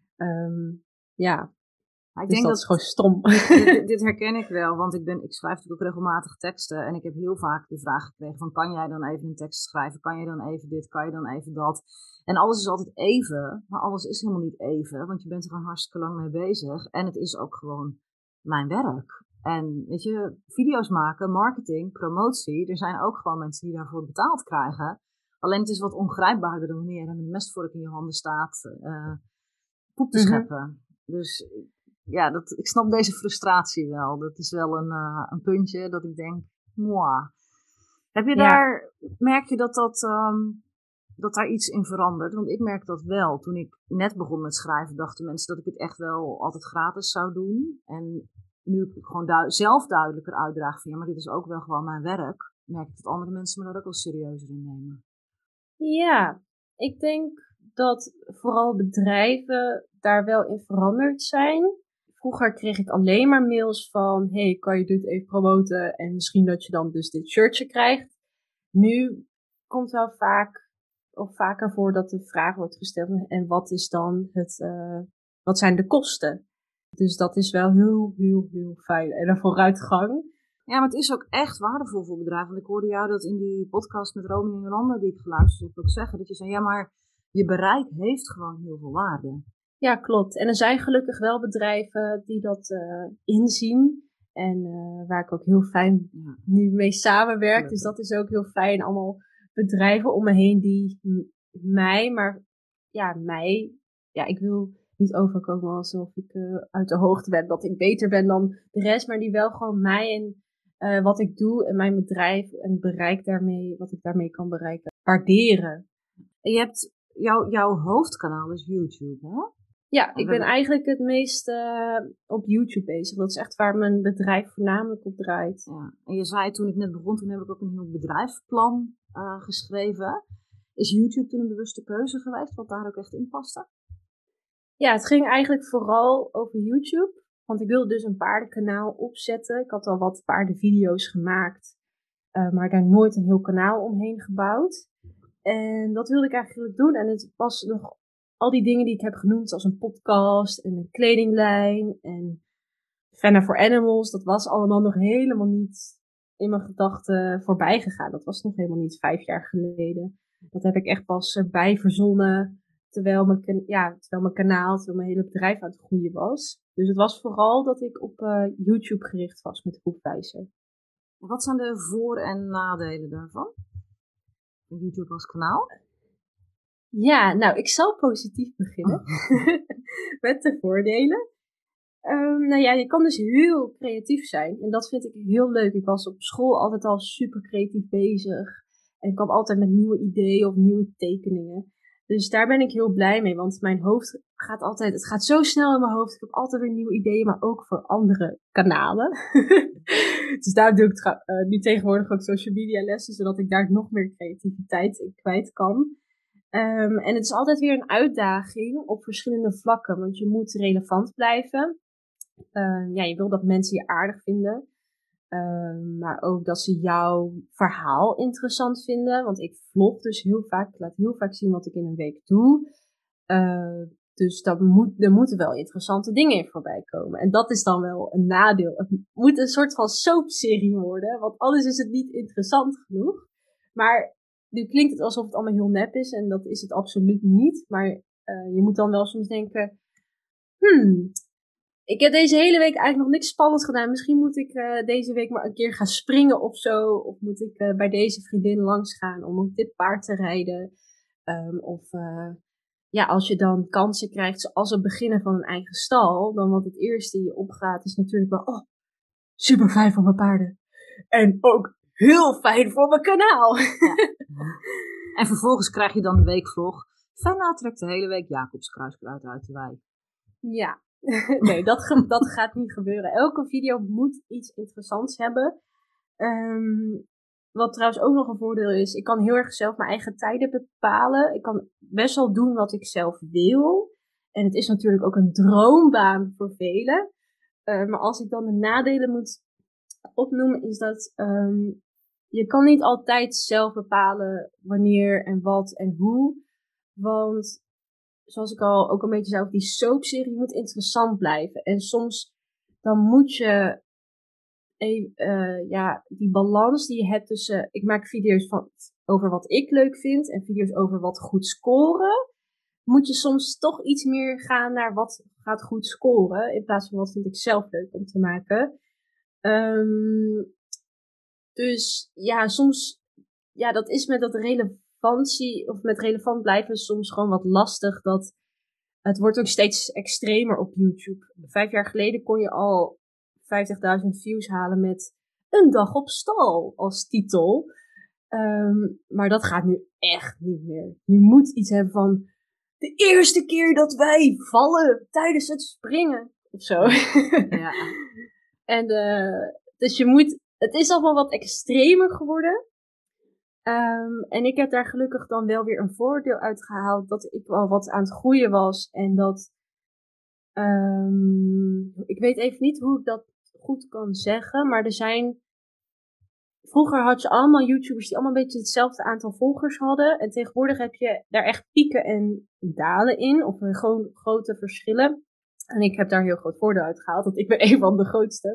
Ik dus denk dat is gewoon stom. Dit herken ik wel, want ik schrijf natuurlijk ook regelmatig teksten. En ik heb heel vaak de vraag gekregen van, kan jij dan even een tekst schrijven? Kan je dan even dit? Kan je dan even dat? En alles is altijd even, maar alles is helemaal niet even. Want je bent er gewoon hartstikke lang mee bezig. En het is ook gewoon mijn werk. En weet je, video's maken, marketing, promotie. Er zijn ook gewoon mensen die daarvoor betaald krijgen. Alleen het is wat ongrijpbaarder dan wanneer je met een mestvork in je handen staat poep te scheppen. Dus ja, ik snap deze frustratie wel. Dat is wel een puntje dat ik denk, moi. Heb je merk je dat daar iets in verandert? Want ik merk dat wel. Toen ik net begon met schrijven, dachten mensen dat ik het echt wel altijd gratis zou doen. En nu ik gewoon zelf duidelijker uitdraag van, ja, maar dit is ook wel gewoon mijn werk, merk ik dat andere mensen me daar ook wel serieuzer in nemen. Ja, ik denk dat vooral bedrijven daar wel in veranderd zijn. Vroeger kreeg ik alleen maar mails van, hey, kan je dit even promoten? En misschien dat je dan dus dit shirtje krijgt. Nu komt wel vaker voor dat de vraag wordt gesteld, en wat is dan wat zijn de kosten? Dus dat is wel heel, heel, heel fijn en een vooruitgang. Ja, maar het is ook echt waardevol voor bedrijven. Want ik hoorde jou dat in die podcast met Romy en Jolanda die ik geluisterd heb ook zeggen. Dat je zei, ja, maar je bereik heeft gewoon heel veel waarde. Ja, klopt. En er zijn gelukkig wel bedrijven die dat inzien. En waar ik ook heel fijn nu mee samenwerk. Gelukkig. Dus dat is ook heel fijn. Allemaal bedrijven om me heen die ik wil niet overkomen alsof ik uit de hoogte ben. Dat ik beter ben dan de rest. Maar die wel gewoon mij en wat ik doe en mijn bedrijf en het bereik daarmee, wat ik daarmee kan bereiken, waarderen. En je hebt jouw hoofdkanaal is YouTube, hè? Ja, ik ben eigenlijk het meest op YouTube bezig. Dat is echt waar mijn bedrijf voornamelijk op draait. Ja. En je zei toen ik net begon, toen heb ik ook een heel bedrijfsplan geschreven. Is YouTube toen een bewuste keuze geweest, wat daar ook echt in paste? Ja, het ging eigenlijk vooral over YouTube. Want ik wilde dus een paardenkanaal opzetten. Ik had al wat paardenvideo's gemaakt, maar daar nooit een heel kanaal omheen gebouwd. En dat wilde ik eigenlijk doen. En het was nog al die dingen die ik heb genoemd, zoals een podcast en een kledinglijn en Fenna for Animals. Dat was allemaal nog helemaal niet in mijn gedachten voorbij gegaan. Dat was nog helemaal niet 5 jaar geleden. Dat heb ik echt pas erbij verzonnen terwijl mijn kanaal, terwijl mijn hele bedrijf aan het groeien was. Dus het was vooral dat ik op YouTube gericht was met Hoefwijzer. Wat zijn de voor- en nadelen daarvan? YouTube als kanaal? Ja, nou, ik zal positief beginnen met de voordelen. Je kan dus heel creatief zijn en dat vind ik heel leuk. Ik was op school altijd al super creatief bezig en ik kwam altijd met nieuwe ideeën of nieuwe tekeningen. Dus daar ben ik heel blij mee, want mijn hoofd het gaat zo snel in mijn hoofd. Ik heb altijd weer nieuwe ideeën, maar ook voor andere kanalen. Dus daar doe ik nu tegenwoordig ook social media lessen, zodat ik daar nog meer creativiteit in kwijt kan. En het is altijd weer een uitdaging op verschillende vlakken, want je moet relevant blijven. Je wil dat mensen je aardig vinden. Maar ook dat ze jouw verhaal interessant vinden. Want ik vlog dus heel vaak. Ik laat heel vaak zien wat ik in een week doe. Dus er moeten wel interessante dingen in voorbij komen. En dat is dan wel een nadeel. Het moet een soort van soapserie worden. Want anders is het niet interessant genoeg. Maar nu klinkt het alsof het allemaal heel nep is. En dat is het absoluut niet. Maar je moet dan wel soms denken... Ik heb deze hele week eigenlijk nog niks spannends gedaan. Misschien moet ik deze week maar een keer gaan springen of zo. Of moet ik bij deze vriendin langs gaan om op dit paard te rijden. Als je dan kansen krijgt, zoals het beginnen van een eigen stal. Dan wat het eerste je opgaat is natuurlijk wel, super fijn voor mijn paarden. En ook heel fijn voor mijn kanaal. Ja. En vervolgens krijg je dan de weekvlog. Fenna trekt de hele week Jacobskruiskruid uit de wei. Ja. Nee, dat gaat niet gebeuren. Elke video moet iets interessants hebben. Wat trouwens ook nog een voordeel is, ik kan heel erg zelf mijn eigen tijden bepalen. Ik kan best wel doen wat ik zelf wil. En het is natuurlijk ook een droombaan voor velen. Maar als ik dan de nadelen moet opnoemen, is dat je kan niet altijd zelf bepalen wanneer en wat en hoe. Want zoals ik al ook een beetje zei, die soapserie moet interessant blijven. En soms dan moet je die balans die je hebt tussen... Ik maak video's over wat ik leuk vind en video's over wat goed scoren. Moet je soms toch iets meer gaan naar wat gaat goed scoren. In plaats van wat vind ik zelf leuk om te maken. Dus ja, soms... Ja, dat is met dat relevantie of met relevant blijven soms gewoon wat lastig. Dat het wordt ook steeds extremer op YouTube. 5 jaar geleden kon je al 50.000 views halen met een dag op stal als titel. Maar dat gaat nu echt niet meer. Je moet iets hebben van de eerste keer dat wij vallen tijdens het springen of zo. Ja. En dus het is allemaal wat extremer geworden. En ik heb daar gelukkig dan wel weer een voordeel uit gehaald dat ik wel wat aan het groeien was. En dat, ik weet even niet hoe ik dat goed kan zeggen, maar vroeger had je allemaal YouTubers die allemaal een beetje hetzelfde aantal volgers hadden. En tegenwoordig heb je daar echt pieken en dalen in, of gewoon grote verschillen. En ik heb daar heel groot voordeel uit gehaald, want ik ben een van de grootste.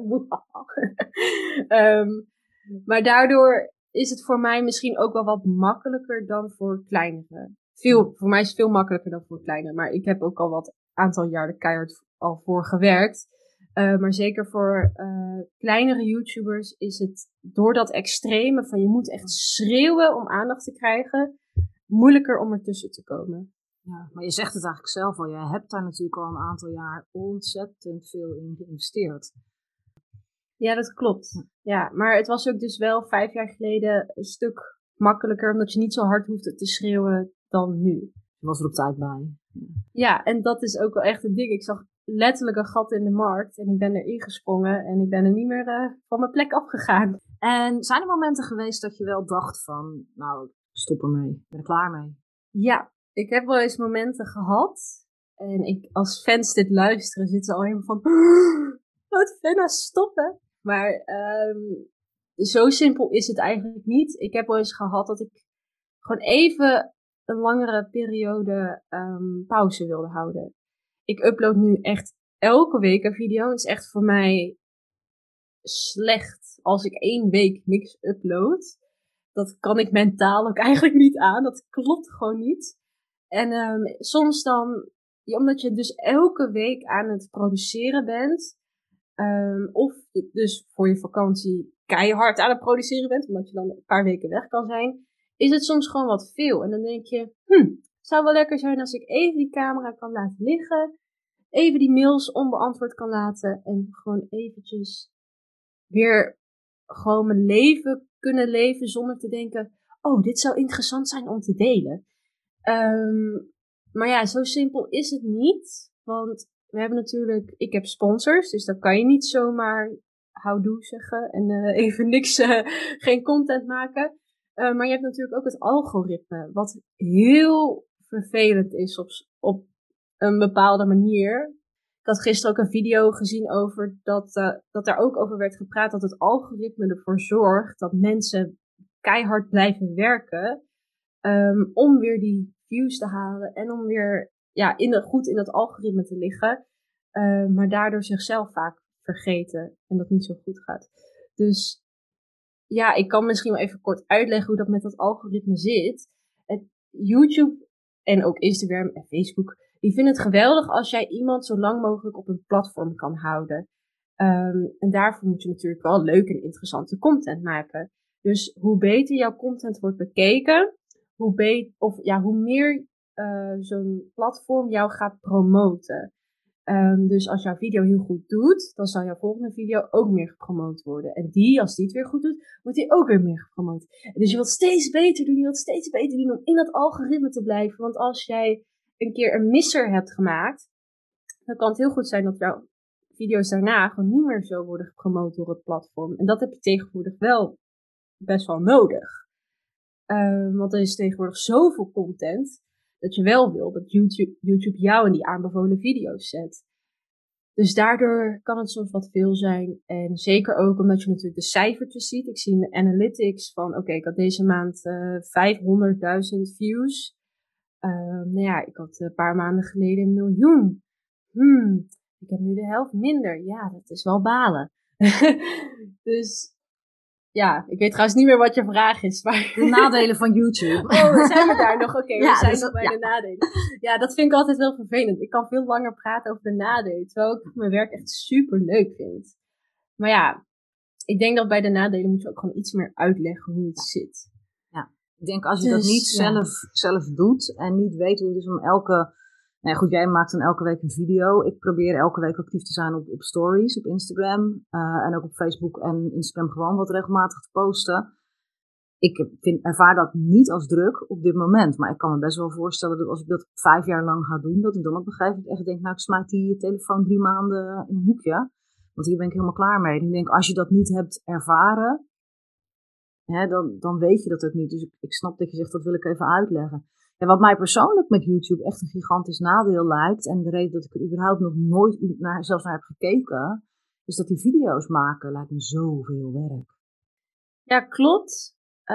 Maar daardoor is het voor mij misschien ook wel wat makkelijker dan voor kleinere Voor mij is het veel makkelijker dan voor kleine. Maar ik heb ook al wat aantal jaar er keihard al voor gewerkt. Maar zeker voor kleinere YouTubers is het door dat extreme van je moet echt schreeuwen om aandacht te krijgen, moeilijker om ertussen te komen. Ja, maar je zegt het eigenlijk zelf al. Jij hebt daar natuurlijk al een aantal jaar ontzettend veel in geïnvesteerd. Ja, dat klopt. Ja, maar het was ook dus wel 5 jaar geleden een stuk makkelijker, omdat je niet zo hard hoefde te schreeuwen dan nu. Je was er op tijd bij. Ja, en dat is ook wel echt een ding. Ik zag letterlijk een gat in de markt en ik ben erin gesprongen en ik ben er niet meer van mijn plek afgegaan. En zijn er momenten geweest dat je wel dacht van, nou, stop ermee, ik ben er klaar mee? Ja, ik heb wel eens momenten gehad. En als fans dit luisteren, zitten ze al helemaal van, laat Fenna stoppen. Maar zo simpel is het eigenlijk niet. Ik heb wel eens gehad dat ik gewoon even een langere periode pauze wilde houden. Ik upload nu echt elke week een video. Het is echt voor mij slecht als ik 1 week niks upload. Dat kan ik mentaal ook eigenlijk niet aan. Dat klopt gewoon niet. En soms dan, omdat je dus elke week aan het produceren bent, of je dus voor je vakantie keihard aan het produceren bent, omdat je dan een paar weken weg kan zijn, is het soms gewoon wat veel. En dan denk je, zou wel lekker zijn als ik even die camera kan laten liggen, even die mails onbeantwoord kan laten en gewoon eventjes weer gewoon mijn leven kunnen leven zonder te denken, oh, dit zou interessant zijn om te delen. Maar ja, zo simpel is het niet. Want we hebben natuurlijk, ik heb sponsors, dus dan kan je niet zomaar houdoe zeggen en even niks, geen content maken. Maar je hebt natuurlijk ook het algoritme, wat heel vervelend is op een bepaalde manier. Ik had gisteren ook een video gezien over dat daar ook over werd gepraat dat het algoritme ervoor zorgt dat mensen keihard blijven werken om weer die views te halen en om weer goed in dat algoritme te liggen, maar daardoor zichzelf vaak vergeten en dat niet zo goed gaat. Dus ja, ik kan misschien wel even kort uitleggen hoe dat met dat algoritme zit. YouTube en ook Instagram en Facebook, die vinden het geweldig als jij iemand zo lang mogelijk op een platform kan houden. En daarvoor moet je natuurlijk wel leuk en interessante content maken. Dus hoe beter jouw content wordt bekeken, hoe meer zo'n platform jou gaat promoten. Dus als jouw video heel goed doet, dan zal jouw volgende video ook meer gepromoot worden. En als die het weer goed doet, wordt die ook weer meer gepromoot. Dus je wilt steeds beter doen om in dat algoritme te blijven. Want als jij een keer een misser hebt gemaakt, dan kan het heel goed zijn dat jouw video's daarna gewoon niet meer zo worden gepromoot door het platform. En dat heb je tegenwoordig wel best wel nodig. Want er is tegenwoordig zoveel content dat je wel wil dat YouTube jou in die aanbevolen video's zet. Dus daardoor kan het soms wat veel zijn. En zeker ook omdat je natuurlijk de cijfertjes ziet. Ik zie in de analytics van, oké, ik had deze maand 500.000 views. Ik had een paar maanden geleden 1 miljoen. Ik heb nu de helft minder. Ja, dat is wel balen. Dus ja, ik weet trouwens niet meer wat je vraag is. Maar de nadelen van YouTube. Oh, zijn we daar nog? Oké, Ja, we zijn dus nog bij de nadelen. Ja, dat vind ik altijd wel vervelend. Ik kan veel langer praten over de nadelen, terwijl ik mijn werk echt super leuk vind. Maar ja, ik denk dat bij de nadelen moet je ook gewoon iets meer uitleggen hoe het zit. Ja, ik denk als je dat niet zelf doet en niet weet hoe het is om goed, jij maakt dan elke week een video. Ik probeer elke week actief te zijn op stories, op Instagram. En ook op Facebook en Instagram gewoon wat regelmatig te posten. Ik ervaar dat niet als druk op dit moment. Maar ik kan me best wel voorstellen dat als ik dat 5 jaar lang ga doen, dat ik dan op een gegeven moment echt denk, nou, ik smijt die telefoon 3 maanden in een hoekje. Want hier ben ik helemaal klaar mee. En ik denk, als je dat niet hebt ervaren, dan weet je dat ook niet. Dus ik snap dat je zegt, dat wil ik even uitleggen. En wat mij persoonlijk met YouTube echt een gigantisch nadeel lijkt, en de reden dat ik er überhaupt nog nooit zelfs naar heb gekeken, is dat die video's maken lijkt me zoveel werk. Ja, klopt.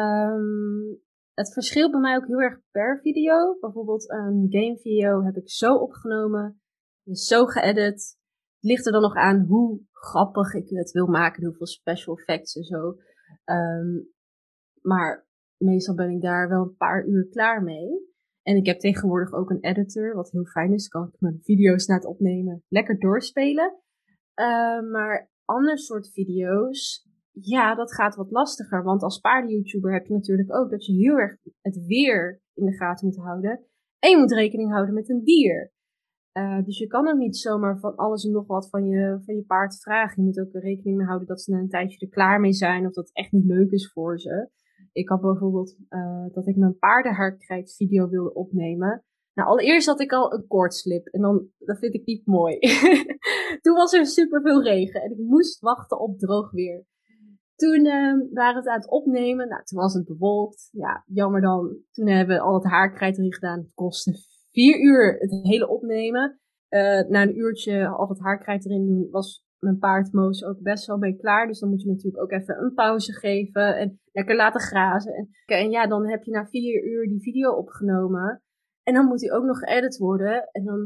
Het verschilt bij mij ook heel erg per video. Bijvoorbeeld een game video heb ik zo opgenomen, is zo geëdit. Het ligt er dan nog aan hoe grappig ik het wil maken, hoeveel special effects en zo. Maar meestal ben ik daar wel een paar uur klaar mee. En ik heb tegenwoordig ook een editor, wat heel fijn is. Kan ik mijn video's na het opnemen lekker doorspelen. Maar ander soort video's, ja, dat gaat wat lastiger. Want als paarden-YouTuber heb je natuurlijk ook dat je heel erg het weer in de gaten moet houden. En je moet rekening houden met een dier. Dus je kan ook niet zomaar van alles en nog wat van je paard vragen. Je moet ook er rekening mee houden dat ze na een tijdje er klaar mee zijn. Of dat het echt niet leuk is voor ze. Ik had bijvoorbeeld dat ik mijn paardenhaarkrijt video wilde opnemen. Nou, allereerst had ik al een koortslip. En dat vind ik niet mooi. Toen was er superveel regen. En ik moest wachten op droog weer. Toen waren we het aan het opnemen. Nou, toen was het bewolkt. Ja, jammer dan. Toen hebben we al het haarkrijt erin gedaan. Het kostte 4 uur het hele opnemen. Na een uurtje al het haarkrijt erin doen, was mijn paard Moos ook best wel mee klaar. Dus dan moet je natuurlijk ook even een pauze geven. En lekker laten grazen. En ja, dan heb je na 4 uur die video opgenomen. En dan moet die ook nog geëdit worden.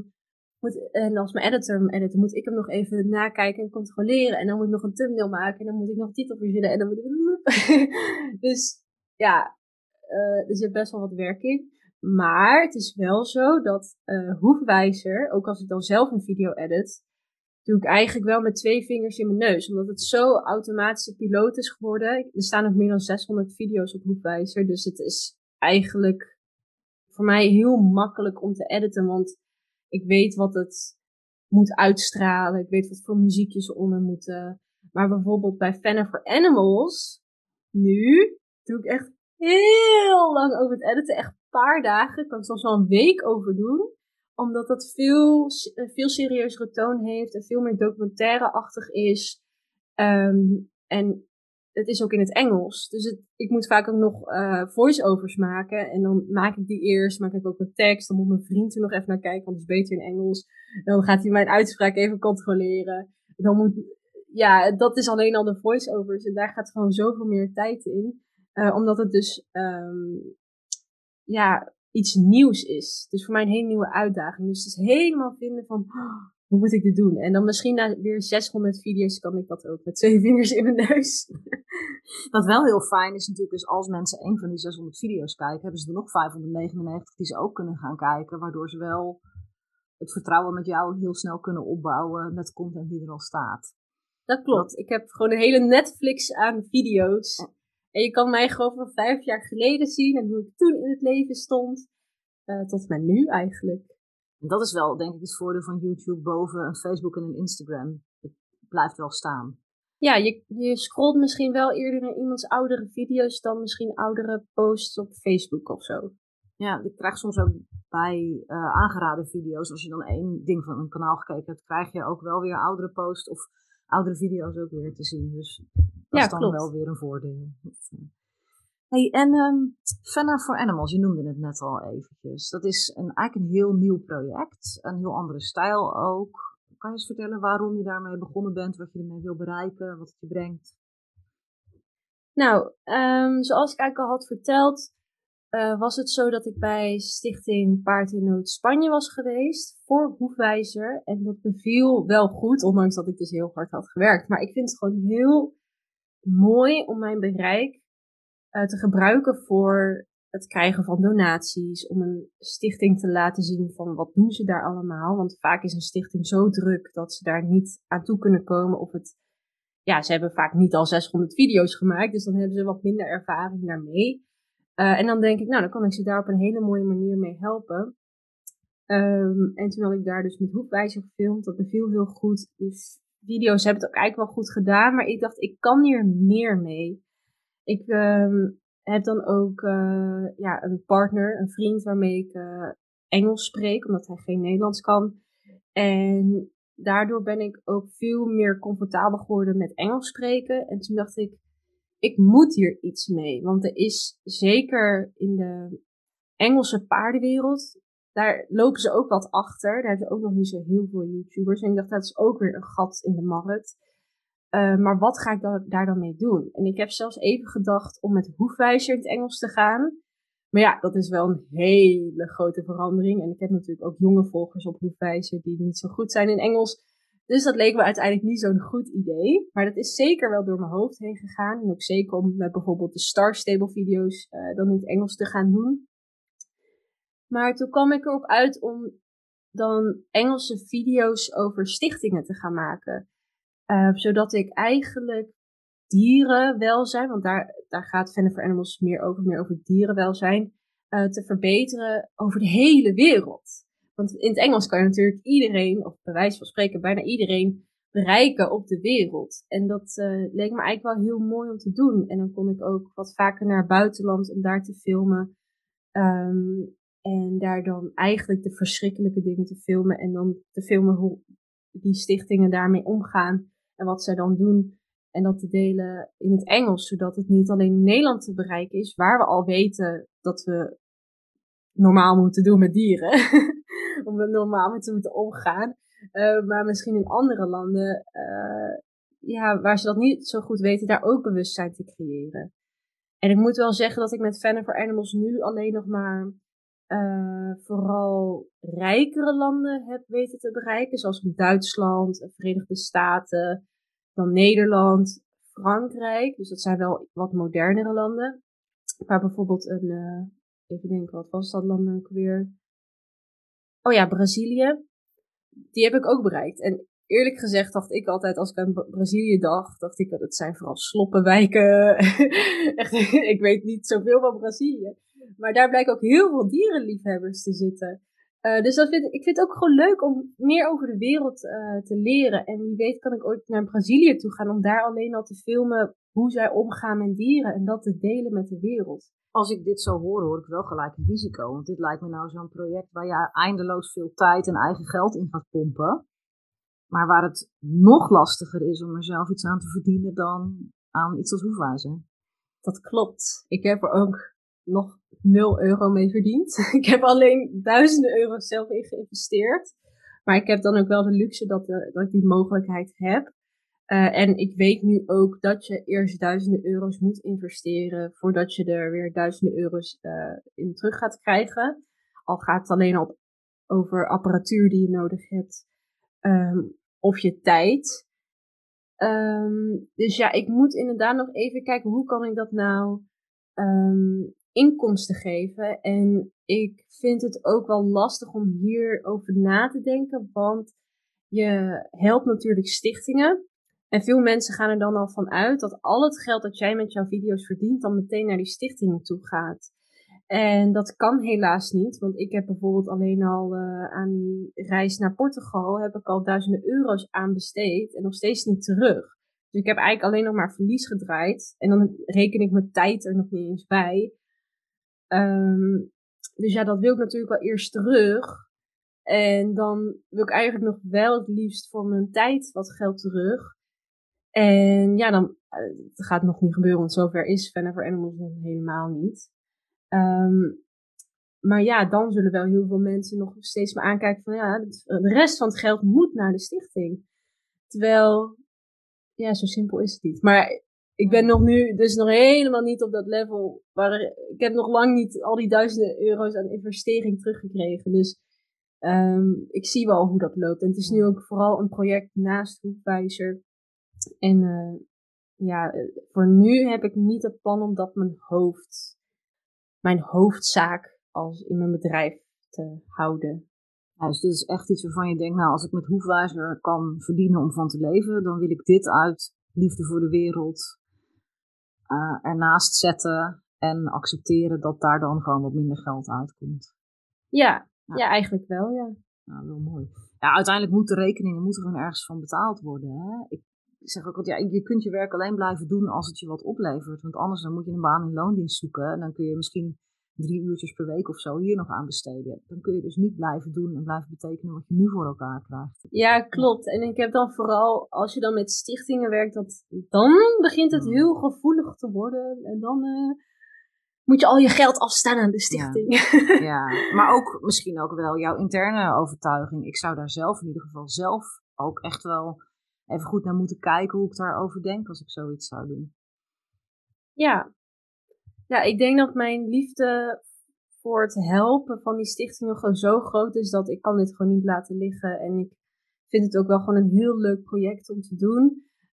En als mijn editor hem edit, moet ik hem nog even nakijken en controleren. En dan moet ik nog een thumbnail maken. En dan moet ik nog titel verzinnen. En dan moet ik... Dus ja, er zit best wel wat werk in. Maar het is wel zo dat hoefwijzer, ook als ik dan zelf een video edit, doe ik eigenlijk wel met 2 vingers in mijn neus. Omdat het zo automatische piloot is geworden. Er staan ook meer dan 600 video's op hoefwijzer. Dus het is eigenlijk voor mij heel makkelijk om te editen. Want ik weet wat het moet uitstralen. Ik weet wat voor muziekjes eronder moeten. Maar bijvoorbeeld bij Fenna for Animals, nu doe ik echt heel lang over het editen. Echt een paar dagen. Kan ik soms wel een week over doen. Omdat dat veel serieuzere toon heeft. En veel meer documentaire-achtig is. En het is ook in het Engels. Dus ik moet vaak ook nog voice-overs maken. En dan maak ik die eerst. Maak ik ook een tekst. Dan moet mijn vriend er nog even naar kijken. Want het is beter in Engels. En dan gaat hij mijn uitspraak even controleren. Ja, dat is alleen al de voice-overs. En daar gaat gewoon zoveel meer tijd in. Omdat het dus iets nieuws is. Dus voor mij een hele nieuwe uitdaging. Dus het is helemaal vinden van, hoe moet ik dit doen? En dan misschien na weer 600 video's kan ik dat ook met 2 vingers in mijn neus. Wat wel heel fijn is natuurlijk, is als mensen een van die 600 video's kijken, hebben ze er nog 599 die ze ook kunnen gaan kijken. Waardoor ze wel het vertrouwen met jou heel snel kunnen opbouwen met content die er al staat. Dat klopt. Ik heb gewoon een hele Netflix aan video's. En je kan mij gewoon van 5 jaar geleden zien en hoe ik toen in het leven stond. Tot met nu eigenlijk. En dat is wel, denk ik, het voordeel van YouTube boven een Facebook en een Instagram. Het blijft wel staan. Ja, je scrolt misschien wel eerder naar iemands oudere video's dan misschien oudere posts op Facebook of zo. Ja, ik krijg soms ook bij aangeraden video's, als je dan 1 ding van een kanaal gekeken hebt, krijg je ook wel weer oudere posts of oudere video's ook weer te zien. Dus dat is dan klopt. Wel weer een voordeel. Hey, en Fenna for Animals, je noemde het net al eventjes. Dat is eigenlijk een heel nieuw project, een heel andere stijl ook. Kan je eens vertellen waarom je daarmee begonnen bent, wat je ermee wil bereiken, wat het je brengt? Nou, zoals ik eigenlijk al had verteld, was het zo dat ik bij Stichting Paard in Nood Spanje was geweest voor hoefwijzer. En dat beviel wel goed, ondanks dat ik dus heel hard had gewerkt. Maar ik vind het gewoon heel mooi om mijn bereik te gebruiken voor het krijgen van donaties. Om een stichting te laten zien van wat doen ze daar allemaal. Want vaak is een stichting zo druk dat ze daar niet aan toe kunnen komen. Ze hebben vaak niet al 600 video's gemaakt. Dus dan hebben ze wat minder ervaring daarmee. En dan denk ik, nou, dan kan ik ze daar op een hele mooie manier mee helpen. En toen had ik daar dus met hoefwijzer gefilmd. Dat beviel heel goed. Die video's hebben het ook eigenlijk wel goed gedaan. Maar ik dacht, ik kan hier meer mee. Ik heb dan ook een partner, een vriend waarmee ik Engels spreek. Omdat hij geen Nederlands kan. En daardoor ben ik ook veel meer comfortabel geworden met Engels spreken. En toen dacht ik moet hier iets mee. Want er is zeker in de Engelse paardenwereld, daar lopen ze ook wat achter. Daar hebben ze ook nog niet zo heel veel YouTubers. En ik dacht, dat is ook weer een gat in de markt. Maar wat ga ik daar dan mee doen? En ik heb zelfs even gedacht om met hoefwijzer in het Engels te gaan. Maar ja, dat is wel een hele grote verandering. En ik heb natuurlijk ook jonge volgers op hoefwijzer die niet zo goed zijn in Engels. Dus dat leek me uiteindelijk niet zo'n goed idee. Maar dat is zeker wel door mijn hoofd heen gegaan. En ook zeker om met bijvoorbeeld de Star Stable video's dan in het Engels te gaan doen. Maar toen kwam ik erop uit om dan Engelse video's over stichtingen te gaan maken. Zodat ik eigenlijk dierenwelzijn, want daar gaat Fender for Animals meer over dierenwelzijn, te verbeteren over de hele wereld. Want in het Engels kan je natuurlijk iedereen, of bij wijze van spreken bijna iedereen, bereiken op de wereld. En dat leek me eigenlijk wel heel mooi om te doen. En dan kon ik ook wat vaker naar het buitenland om daar te filmen. En daar dan eigenlijk de verschrikkelijke dingen te filmen. En dan te filmen hoe die stichtingen daarmee omgaan. En wat zij dan doen. En dat te delen in het Engels. Zodat het niet alleen in Nederland te bereiken is. Waar we al weten dat we normaal moeten doen met dieren. Om er normaal mee te moeten omgaan. Maar misschien in andere landen. Waar ze dat niet zo goed weten. Daar ook bewustzijn te creëren. En ik moet wel zeggen dat ik met Fender for Animals nu alleen nog maar vooral rijkere landen heb weten te bereiken. Zoals Duitsland, Verenigde Staten, dan Nederland, Frankrijk. Dus dat zijn wel wat modernere landen. Maar bijvoorbeeld even denken, wat was dat land ook weer? Oh ja, Brazilië. Die heb ik ook bereikt. En eerlijk gezegd dacht ik altijd, als ik aan Brazilië dacht ik dat het zijn vooral sloppenwijken. Echt, ik weet niet zoveel van Brazilië. Maar daar blijken ook heel veel dierenliefhebbers te zitten. Dus ik vind het ook gewoon leuk om meer over de wereld te leren. En wie weet kan ik ooit naar Brazilië toe gaan om daar alleen al te filmen hoe zij omgaan met dieren. En dat te delen met de wereld. Als ik dit zo hoor, hoor ik wel gelijk een risico. Want dit lijkt me nou zo'n project waar je eindeloos veel tijd en eigen geld in gaat pompen. Maar waar het nog lastiger is om er zelf iets aan te verdienen dan aan iets als hoefwijzer. Dat klopt. Ik heb er ook nog 0 euro mee verdiend. Ik heb alleen duizenden euro's zelf in geïnvesteerd. Maar ik heb dan ook wel de luxe dat ik die mogelijkheid heb. En ik weet nu ook dat je eerst duizenden euro's moet investeren voordat je er weer duizenden euro's in terug gaat krijgen. Al gaat het alleen over apparatuur die je nodig hebt. Of je tijd. Dus ja, ik moet inderdaad nog even kijken hoe kan ik dat nou inkomsten geven. En ik vind het ook wel lastig om hierover na te denken, want je helpt natuurlijk stichtingen. En veel mensen gaan er dan al van uit dat al het geld dat jij met jouw video's verdient dan meteen naar die stichtingen toe gaat. En dat kan helaas niet, want ik heb bijvoorbeeld alleen al aan die reis naar Portugal heb ik al duizenden euro's aan besteed en nog steeds niet terug. Dus ik heb eigenlijk alleen nog maar verlies gedraaid en dan reken ik mijn tijd er nog niet eens bij. Dus ja, dat wil ik natuurlijk wel eerst terug. En dan wil ik eigenlijk nog wel het liefst voor mijn tijd wat geld terug. En ja, dan het gaat nog niet gebeuren, want zover is Fender for Animals nog helemaal niet. Maar ja, dan zullen wel heel veel mensen nog steeds maar aankijken van ja, de rest van het geld moet naar de stichting. Terwijl, ja, zo simpel is het niet. Maar ik ben nog nu dus nog helemaal niet op dat level waar ik heb nog lang niet al die duizenden euro's aan investering teruggekregen. Dus ik zie wel hoe dat loopt. En het is nu ook vooral een project naast Hoefwijzer. En voor nu heb ik niet het plan om dat mijn hoofdzaak als in mijn bedrijf te houden. Ja, dus dit is echt iets waarvan je denkt, nou, als ik met Hoefwijzer kan verdienen om van te leven, dan wil ik dit uit liefde voor de wereld ernaast zetten en accepteren dat daar dan gewoon wat minder geld uitkomt. Ja, eigenlijk wel, ja. Nou, wel mooi. Ja, uiteindelijk moeten rekeningen gewoon ergens van betaald worden. Hè? Ik zeg ook altijd, je kunt je werk alleen blijven doen als het je wat oplevert. Want anders dan moet je een baan in loondienst zoeken. En dan kun je misschien 3 uurtjes per week of zo hier nog aan besteden. Dan kun je dus niet blijven doen en blijven betekenen wat je nu voor elkaar krijgt. Ja, klopt. En ik heb dan vooral, als je dan met stichtingen werkt, dan begint het heel gevoelig te worden. En dan moet je al je geld afstaan aan de stichting. Ja, maar ook misschien ook wel jouw interne overtuiging. Ik zou daar zelf in ieder geval ook echt wel even goed naar moeten kijken hoe ik daarover denk als ik zoiets zou doen. Ja, ik denk dat mijn liefde voor het helpen van die stichtingen gewoon zo groot is dat ik kan dit gewoon niet laten liggen. En ik vind het ook wel gewoon een heel leuk project om te doen.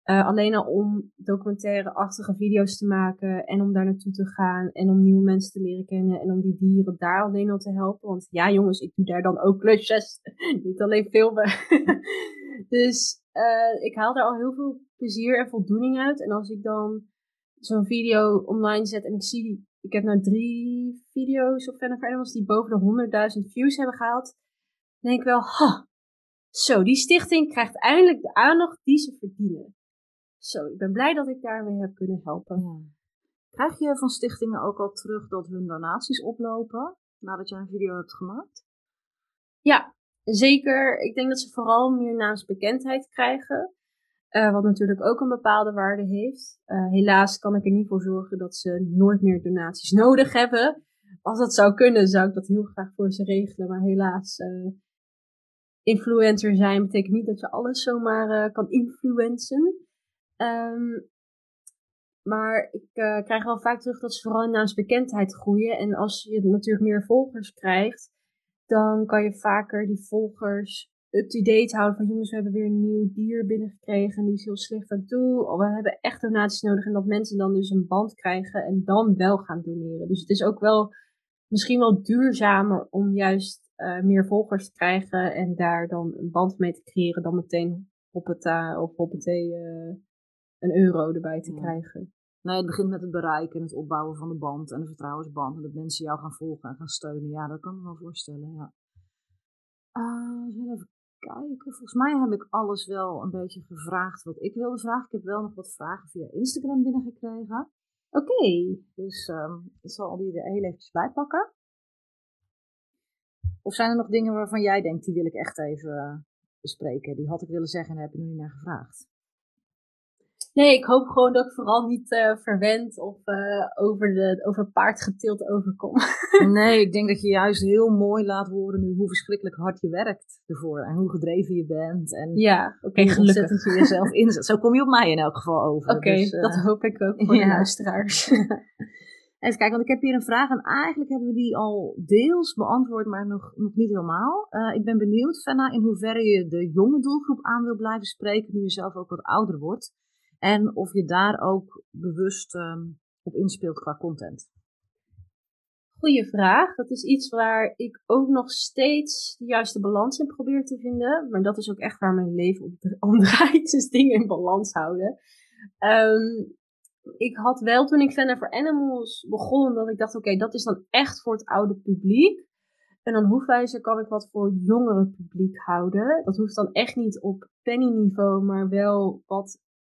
Alleen al om documentaire-achtige video's te maken en om daar naartoe te gaan en om nieuwe mensen te leren kennen en om die dieren daar alleen al te helpen. Want ja jongens, ik doe daar dan ook klusjes, niet alleen filmen. Dus ik haal daar al heel veel plezier en voldoening uit. En als ik dan zo'n video online zet en ik heb nou 3 video's op Fan of Animals die boven de 100.000 views hebben gehaald, dan denk ik wel, zo, die stichting krijgt eindelijk de aandacht die ze verdienen. Zo, ik ben blij dat ik daarmee heb kunnen helpen. Ja. Krijg je van stichtingen ook al terug dat hun donaties oplopen nadat je een video hebt gemaakt? Ja, zeker. Ik denk dat ze vooral meer naamsbekendheid krijgen. Wat natuurlijk ook een bepaalde waarde heeft. Helaas kan ik er niet voor zorgen dat ze nooit meer donaties nodig hebben. Als dat zou kunnen, zou ik dat heel graag voor ze regelen. Maar helaas, influencer zijn betekent niet dat je alles zomaar kan influencen. Maar ik krijg wel vaak terug dat ze vooral in naamsbekendheid groeien. En als je natuurlijk meer volgers krijgt, dan kan je vaker die volgers up-to-date houden. Van jongens, we hebben weer een nieuw dier binnengekregen en die is heel slecht aan toe. Of we hebben echt donaties nodig. En dat mensen dan dus een band krijgen en dan wel gaan doneren. Dus het is ook wel misschien wel duurzamer om juist meer volgers te krijgen. En daar dan een band mee te creëren dan meteen hoppeta of hoppatee een euro erbij te krijgen. Nee, het begint met het bereiken en het opbouwen van de band en de vertrouwensband. En dat mensen jou gaan volgen en gaan steunen. Ja, dat kan ik me wel voorstellen, ja. Even kijken. Volgens mij heb ik alles wel een beetje gevraagd wat ik wilde vragen. Ik heb wel nog wat vragen via Instagram binnengekregen. Oké. Dus ik zal die er heel eventjes bij pakken. Of zijn er nog dingen waarvan jij denkt, die wil ik echt even bespreken. Die had ik willen zeggen en daar heb je nu niet naar gevraagd. Nee, ik hoop gewoon dat ik vooral niet verwend of over paard getild overkom. Nee, ik denk dat je juist heel mooi laat horen nu hoe verschrikkelijk hard je werkt ervoor. En hoe gedreven je bent. En ja, oké, gelukkig. Ontzettend je jezelf inzet. Zo kom je op mij in elk geval over. Oké, dus, dat hoop ik ook voor de luisteraars. Even kijken, want ik heb hier een vraag en eigenlijk hebben we die al deels beantwoord, maar nog niet helemaal. Ik ben benieuwd, Fenna, in hoeverre je de jonge doelgroep aan wil blijven spreken nu je zelf ook wat ouder wordt. En of je daar ook bewust op inspeelt qua content. Goeie vraag. Dat is iets waar ik ook nog steeds de juiste balans in probeer te vinden. Maar dat is ook echt waar mijn leven om draait. Dus dingen in balans houden. Ik had wel toen ik Fan for Animals begon, dat ik dacht, oké, dat is dan echt voor het oude publiek. En dan Hoefwijzer kan ik wat voor jongere publiek houden. Dat hoeft dan echt niet op penny-niveau, maar wel wat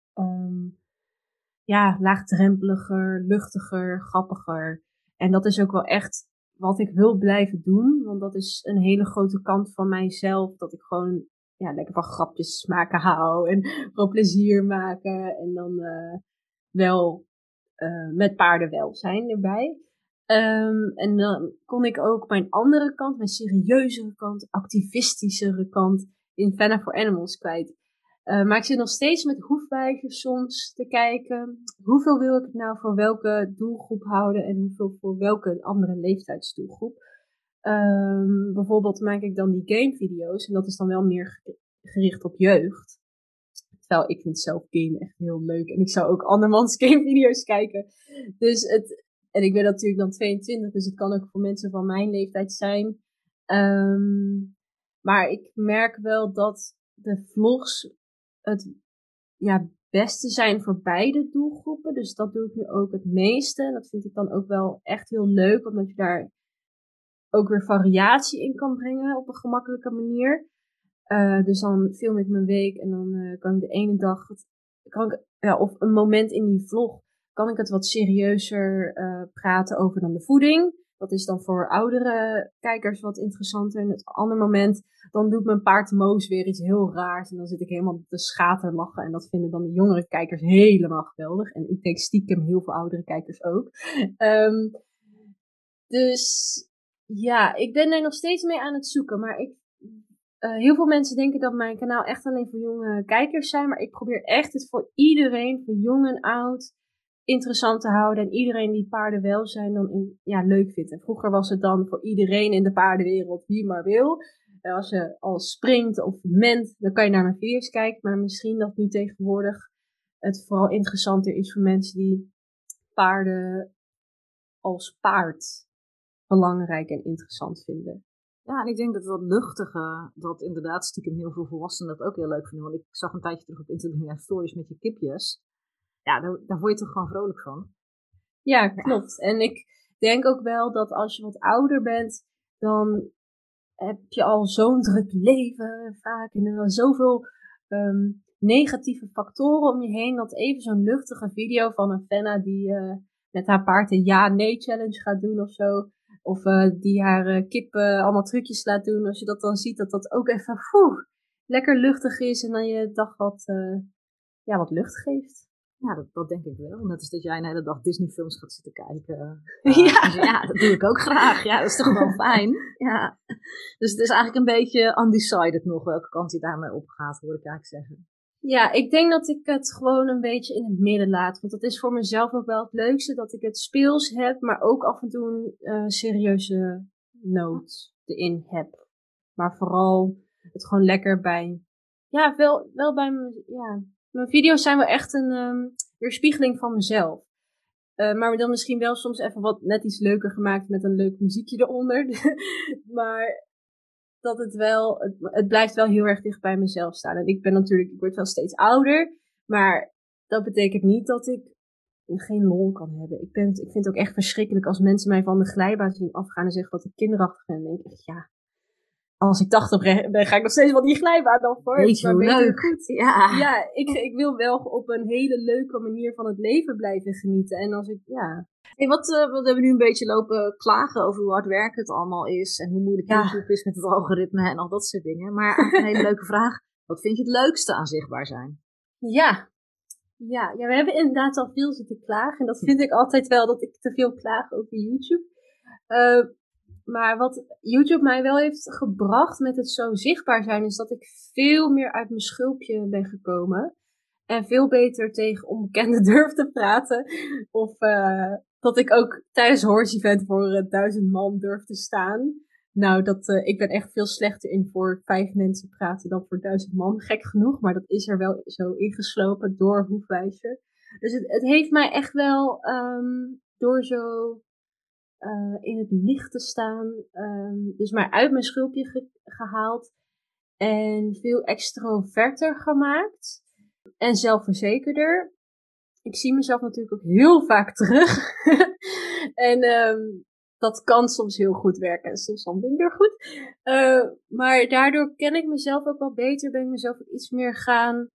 laagdrempeliger, luchtiger, grappiger. En dat is ook wel echt wat ik wil blijven doen. Want dat is een hele grote kant van mijzelf. Dat ik gewoon lekker van grapjes maken hou. En gewoon plezier maken. En dan wel met paardenwelzijn erbij. En dan kon ik ook mijn andere kant, mijn serieuzere kant, activistischere kant in Fan for Animals kwijt. Maar ik zit nog steeds met hoefwijzers soms te kijken. Hoeveel wil ik het nou voor welke doelgroep houden en hoeveel voor welke andere leeftijdsdoelgroep. Bijvoorbeeld maak ik dan die gamevideo's en dat is dan wel meer gericht op jeugd. Terwijl ik vind zelf game echt heel leuk en ik zou ook andermans gamevideo's kijken. En ik ben natuurlijk dan 22, dus het kan ook voor mensen van mijn leeftijd zijn. Maar ik merk wel dat de vlogs het beste zijn voor beide doelgroepen. Dus dat doe ik nu ook het meeste. En dat vind ik dan ook wel echt heel leuk, omdat je daar ook weer variatie in kan brengen op een gemakkelijke manier. Dus dan film ik mijn week en dan kan ik de ene dag, of een moment in die vlog, kan ik het wat serieuzer praten over dan de voeding. Dat is dan voor oudere kijkers wat interessanter. En het andere moment, dan doet mijn paard Moos weer iets heel raars. En dan zit ik helemaal te schaterlachen. En dat vinden dan de jongere kijkers helemaal geweldig. En ik denk stiekem heel veel oudere kijkers ook. Dus ja, ik ben er nog steeds mee aan het zoeken. Maar heel veel mensen denken dat mijn kanaal echt alleen voor jonge kijkers zijn. Maar ik probeer echt het voor iedereen, voor jong en oud, interessant te houden. En iedereen die paardenwelzijn dan leuk vindt. En vroeger was het dan voor iedereen in de paardenwereld, wie maar wil. Als je al springt of ment, dan kan je naar mijn video's kijken. Maar misschien dat nu tegenwoordig het vooral interessanter is voor mensen die paarden als paard belangrijk en interessant vinden. Ja, en ik denk dat luchtige, dat inderdaad stiekem heel veel volwassenen dat ook heel leuk vinden. Want ik zag een tijdje terug op Instagram stories met je kipjes. Ja, daar word je toch gewoon vrolijk van? Ja, klopt. En ik denk ook wel dat als je wat ouder bent, dan heb je al zo'n druk leven vaak. En er zijn zoveel negatieve factoren om je heen, dat even zo'n luchtige video van een Fenna die met haar paard een ja-nee challenge gaat doen of zo. Of die haar kippen allemaal trucjes laat doen. Als je dat dan ziet, dat ook even lekker luchtig is. En dan je dag wat lucht geeft. Ja, dat denk ik wel. Net als dat jij een hele dag Disney films gaat zitten kijken. Ja. Dat doe ik ook graag. Ja, dat is toch wel fijn. Ja. Dus het is eigenlijk een beetje undecided nog welke kant je daarmee opgaat, hoor ik eigenlijk zeggen. Ja, ik denk dat ik het gewoon een beetje in het midden laat. Want dat is voor mezelf ook wel het leukste, dat ik het speels heb, maar ook af en toe een serieuze noot erin heb. Maar vooral het gewoon lekker bij, ja, wel bij me, ja. Mijn video's zijn wel echt een weerspiegeling van mezelf. Maar dan misschien wel soms even wat net iets leuker gemaakt met een leuk muziekje eronder. Maar dat het blijft wel heel erg dicht bij mezelf staan. En ik word wel steeds ouder, maar dat betekent niet dat ik geen lol kan hebben. Ik vind het ook echt verschrikkelijk als mensen mij van de glijbaan zien afgaan en zeggen dat ik kinderachtig ben. Dan denk ik echt, ja, als ik 80 ben, ga ik nog steeds wel die glijbaan dan voor. Weet je hoe leuk. Goed. Ja, ja ik wil wel op een hele leuke manier van het leven blijven genieten. En als ik, ja... Hey, wat hebben we nu een beetje lopen klagen over hoe hard werk het allemaal is en hoe moeilijk YouTube is met het algoritme en al dat soort dingen. Maar eigenlijk een hele leuke vraag. Wat vind je het leukste aan zichtbaar zijn? Ja, we hebben inderdaad al veel zitten klagen. En dat vind ik altijd wel, dat ik te veel klaag over YouTube. Maar wat YouTube mij wel heeft gebracht met het zo zichtbaar zijn, is dat ik veel meer uit mijn schulpje ben gekomen. En veel beter tegen onbekenden durf te praten. Of dat ik ook tijdens een horse event voor 1000 man durf te staan. Nou, ik ben echt veel slechter in voor 5 mensen praten dan voor 1000 man. Gek genoeg, maar dat is er wel zo ingeslopen door Hoefwijzer. Dus het heeft mij echt wel door zo in het licht te staan. Dus maar uit mijn schulpje gehaald. En veel extroverter gemaakt. En zelfverzekerder. Ik zie mezelf natuurlijk ook heel vaak terug. En dat kan soms heel goed werken en soms dan minder goed. Maar daardoor ken ik mezelf ook wel beter. Ben ik mezelf ook iets meer gaan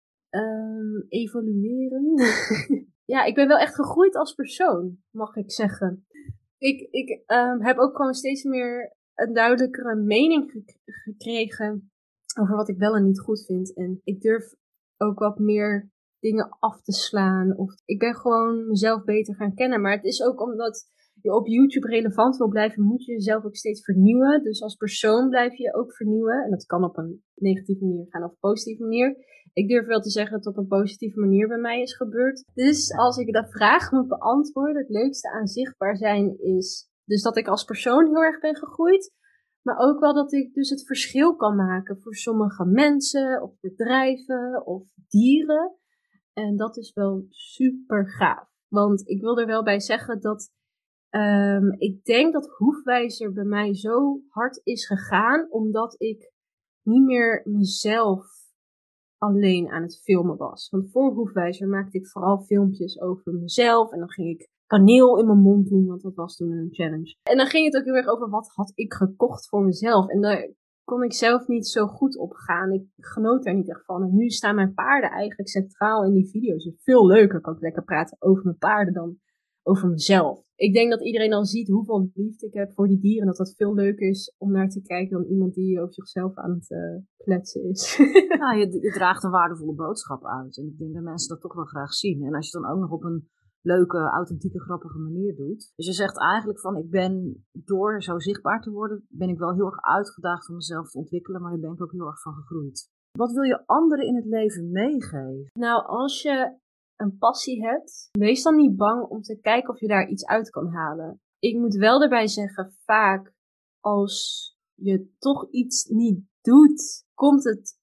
evalueren. Ja, ik ben wel echt gegroeid als persoon, mag ik zeggen. Ik heb ook gewoon steeds meer een duidelijkere mening gekregen over wat ik wel en niet goed vind. En ik durf ook wat meer dingen af te slaan. Of ik ben gewoon mezelf beter gaan kennen. Maar het is ook omdat je op YouTube relevant wil blijven, moet je jezelf ook steeds vernieuwen. Dus als persoon blijf je ook vernieuwen. En dat kan op een negatieve manier gaan of een positieve manier. Ik durf wel te zeggen dat het op een positieve manier bij mij is gebeurd. Dus als ik de vraag moet beantwoorden, het leukste aan zichtbaar zijn is dus dat ik als persoon heel erg ben gegroeid. Maar ook wel dat ik dus het verschil kan maken voor sommige mensen of bedrijven of dieren. En dat is wel super gaaf. Want ik wil er wel bij zeggen dat ik denk dat Hoefwijzer bij mij zo hard is gegaan, omdat ik niet meer mezelf alleen aan het filmen was. Want voor Hoefwijzer maakte ik vooral filmpjes over mezelf. En dan ging ik kaneel in mijn mond doen, want dat was toen een challenge. En dan ging het ook heel erg over wat had ik gekocht voor mezelf. En daar kon ik zelf niet zo goed op gaan. Ik genoot daar niet echt van. En nu staan mijn paarden eigenlijk centraal in die video's. Het is veel leuker, kan ik lekker praten over mijn paarden dan over mezelf. Ik denk dat iedereen dan ziet hoeveel liefde ik heb voor die dieren. Dat dat veel leuker is om naar te kijken dan iemand die over zichzelf aan het kletsen is. Nou, je draagt een waardevolle boodschap uit. En ik denk dat mensen dat toch wel graag zien. En als je dan ook nog op een leuke, authentieke, grappige manier doet. Dus je zegt eigenlijk van, ik ben door zo zichtbaar te worden, ben ik wel heel erg uitgedaagd om mezelf te ontwikkelen, maar daar ben ik ook heel erg van gegroeid. Wat wil je anderen in het leven meegeven? Nou, als je een passie hebt, wees dan niet bang om te kijken of je daar iets uit kan halen. Ik moet wel erbij zeggen, vaak als je toch iets niet doet, komt het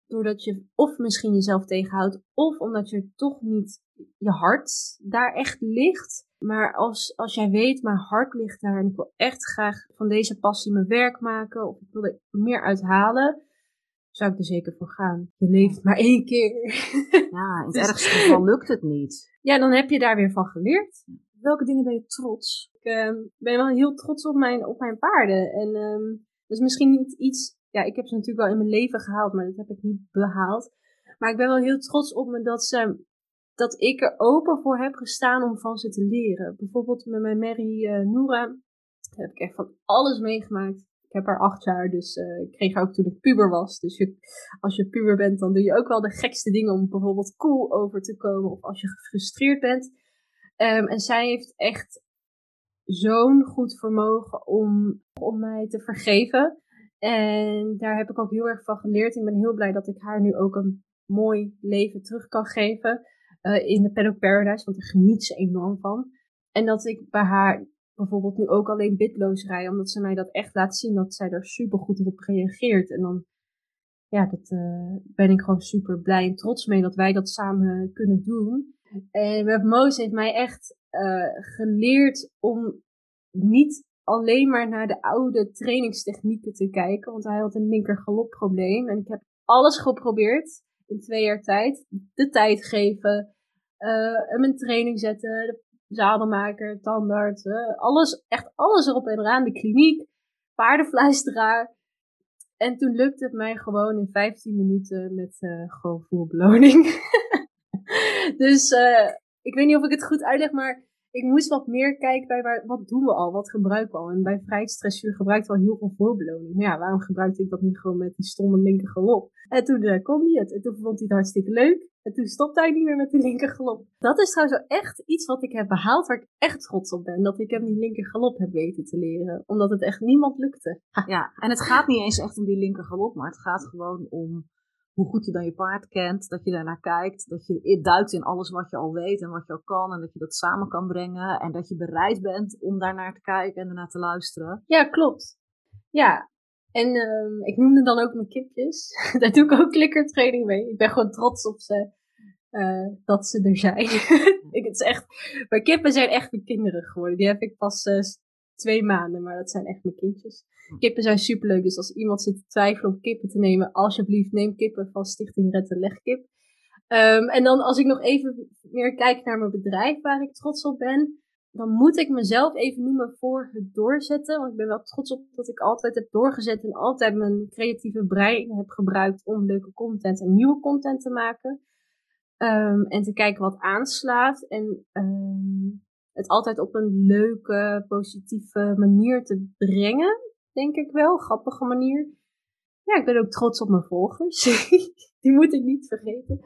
doordat je of misschien jezelf tegenhoudt, of omdat je toch niet je hart daar echt ligt. Maar als jij weet, mijn hart ligt daar en ik wil echt graag van deze passie mijn werk maken, of ik wil er meer uithalen, zou ik er zeker voor gaan. Je leeft maar 1 keer. Ja, in het ergste geval lukt het niet. Ja, dan heb je daar weer van geleerd. Welke dingen ben je trots? Ik ben wel heel trots op mijn paarden. En dat is misschien niet iets... Ja, ik heb ze natuurlijk wel in mijn leven gehaald, maar dat heb ik niet behaald. Maar ik ben wel heel trots op me dat ik er open voor heb gestaan om van ze te leren. Bijvoorbeeld met mijn Mary Noora heb ik echt van alles meegemaakt. Ik heb haar 8 jaar, dus ik kreeg haar ook toen ik puber was. Dus als je puber bent, dan doe je ook wel de gekste dingen om bijvoorbeeld cool over te komen. Of als je gefrustreerd bent. En zij heeft echt zo'n goed vermogen om mij te vergeven. En daar heb ik ook heel erg van geleerd. Ik ben heel blij dat ik haar nu ook een mooi leven terug kan geven. In de Paddock Paradise, want daar geniet ze enorm van. En dat ik bij haar bijvoorbeeld nu ook alleen bitloos rij, omdat ze mij dat echt laat zien, dat zij daar super goed op reageert. En dan, ja, ben ik gewoon super blij en trots mee dat wij dat samen kunnen doen. En met Moos heeft mij echt geleerd om niet alleen maar naar de oude trainingstechnieken te kijken, want hij had een linkergalopprobleem. En ik heb alles geprobeerd in 2 jaar tijd. De tijd geven, hem een training zetten, de zadelmaker, tandarts, alles, echt alles erop en eraan. De kliniek, paardenfluisteraar. En toen lukte het mij gewoon in 15 minuten met gewoon voerbeloning. Dus ik weet niet of ik het goed uitleg, maar ik moest wat meer kijken bij wat doen we al, wat gebruiken we al. En bij vrijheidsdressuur gebruikte we al heel veel voorbeloning. Maar ja, waarom gebruikte ik dat niet gewoon met die stomme linkergalop? En toen kon hij het. En toen vond hij het hartstikke leuk. En toen stopte hij niet meer met die linkergalop. Dat is trouwens wel echt iets wat ik heb behaald, waar ik echt trots op ben. Dat ik hem die linkergalop heb weten te leren. Omdat het echt niemand lukte. Ja, en het gaat niet eens echt om die linkergalop, maar het gaat gewoon om hoe goed je dan je paard kent, dat je daarnaar kijkt, dat je duikt in alles wat je al weet en wat je al kan en dat je dat samen kan brengen en dat je bereid bent om daarnaar te kijken en ernaar te luisteren. Ja, klopt. Ja, en ik noemde dan ook mijn kipjes. Daar doe ik ook klikkertraining mee. Ik ben gewoon trots op ze, dat ze er zijn. Het is echt, mijn kippen zijn echt mijn kinderen geworden. Die heb ik pas 2 maanden, maar dat zijn echt mijn kindjes. Kippen zijn superleuk, dus als iemand zit te twijfelen om kippen te nemen, alsjeblieft neem kippen van Stichting Red de Legkip. En dan als ik nog even meer kijk naar mijn bedrijf waar ik trots op ben, dan moet ik mezelf even noemen voor het doorzetten. Want ik ben wel trots op dat ik altijd heb doorgezet en altijd mijn creatieve brein heb gebruikt om leuke content en nieuwe content te maken. En te kijken wat aanslaat. En het altijd op een leuke, positieve manier te brengen. Denk ik wel. Grappige manier. Ja, ik ben ook trots op mijn volgers. Die moet ik niet vergeten.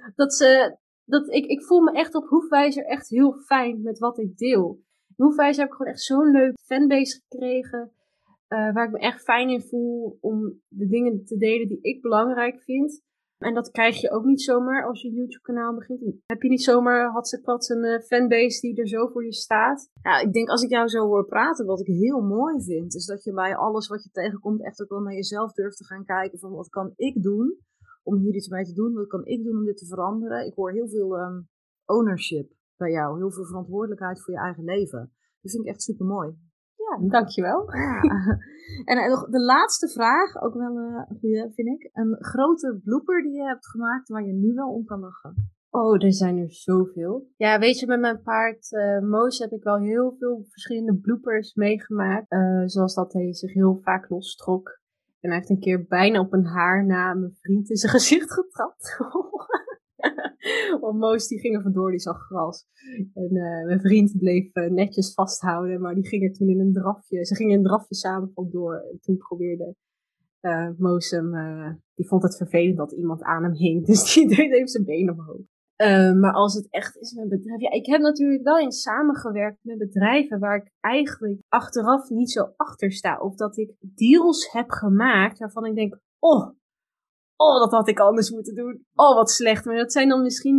Ik voel me echt op Hoefwijzer echt heel fijn met wat ik deel. In Hoefwijzer heb ik gewoon echt zo'n leuk fanbase gekregen. Waar ik me echt fijn in voel om de dingen te delen die ik belangrijk vind. En dat krijg je ook niet zomaar als je YouTube-kanaal begint. Heb je niet zomaar hatsepad een fanbase die er zo voor je staat? Ja, ik denk als ik jou zo hoor praten, wat ik heel mooi vind, is dat je bij alles wat je tegenkomt echt ook wel naar jezelf durft te gaan kijken van wat kan ik doen om hier iets mee te doen? Wat kan ik doen om dit te veranderen? Ik hoor heel veel ownership bij jou, heel veel verantwoordelijkheid voor je eigen leven. Dat vind ik echt super mooi. Ja, dankjewel. Ja. En nog de laatste vraag, ook wel een goede vind ik. Een grote blooper die je hebt gemaakt waar je nu wel om kan lachen. Oh, er zijn er zoveel. Ja, weet je, met mijn paard Moos heb ik wel heel veel verschillende bloopers meegemaakt. Zoals dat hij zich heel vaak lostrok. En hij heeft een keer bijna op een haar na mijn vriend in zijn gezicht getrapt. Want Moos die ging er vandoor, die zag gras. En mijn vriend bleef netjes vasthouden, maar die ging er toen in een drafje. Ze gingen in een drafje samen vandoor. En toen probeerde Moos hem, die vond het vervelend dat iemand aan hem hing. Dus die deed even zijn been omhoog. Maar als het echt is met bedrijven. Ja, ik heb natuurlijk wel eens samengewerkt met bedrijven waar ik eigenlijk achteraf niet zo achter sta. Of dat ik deals heb gemaakt waarvan ik denk, oh, dat had ik anders moeten doen. Oh, wat slecht. Maar dat zijn dan misschien niet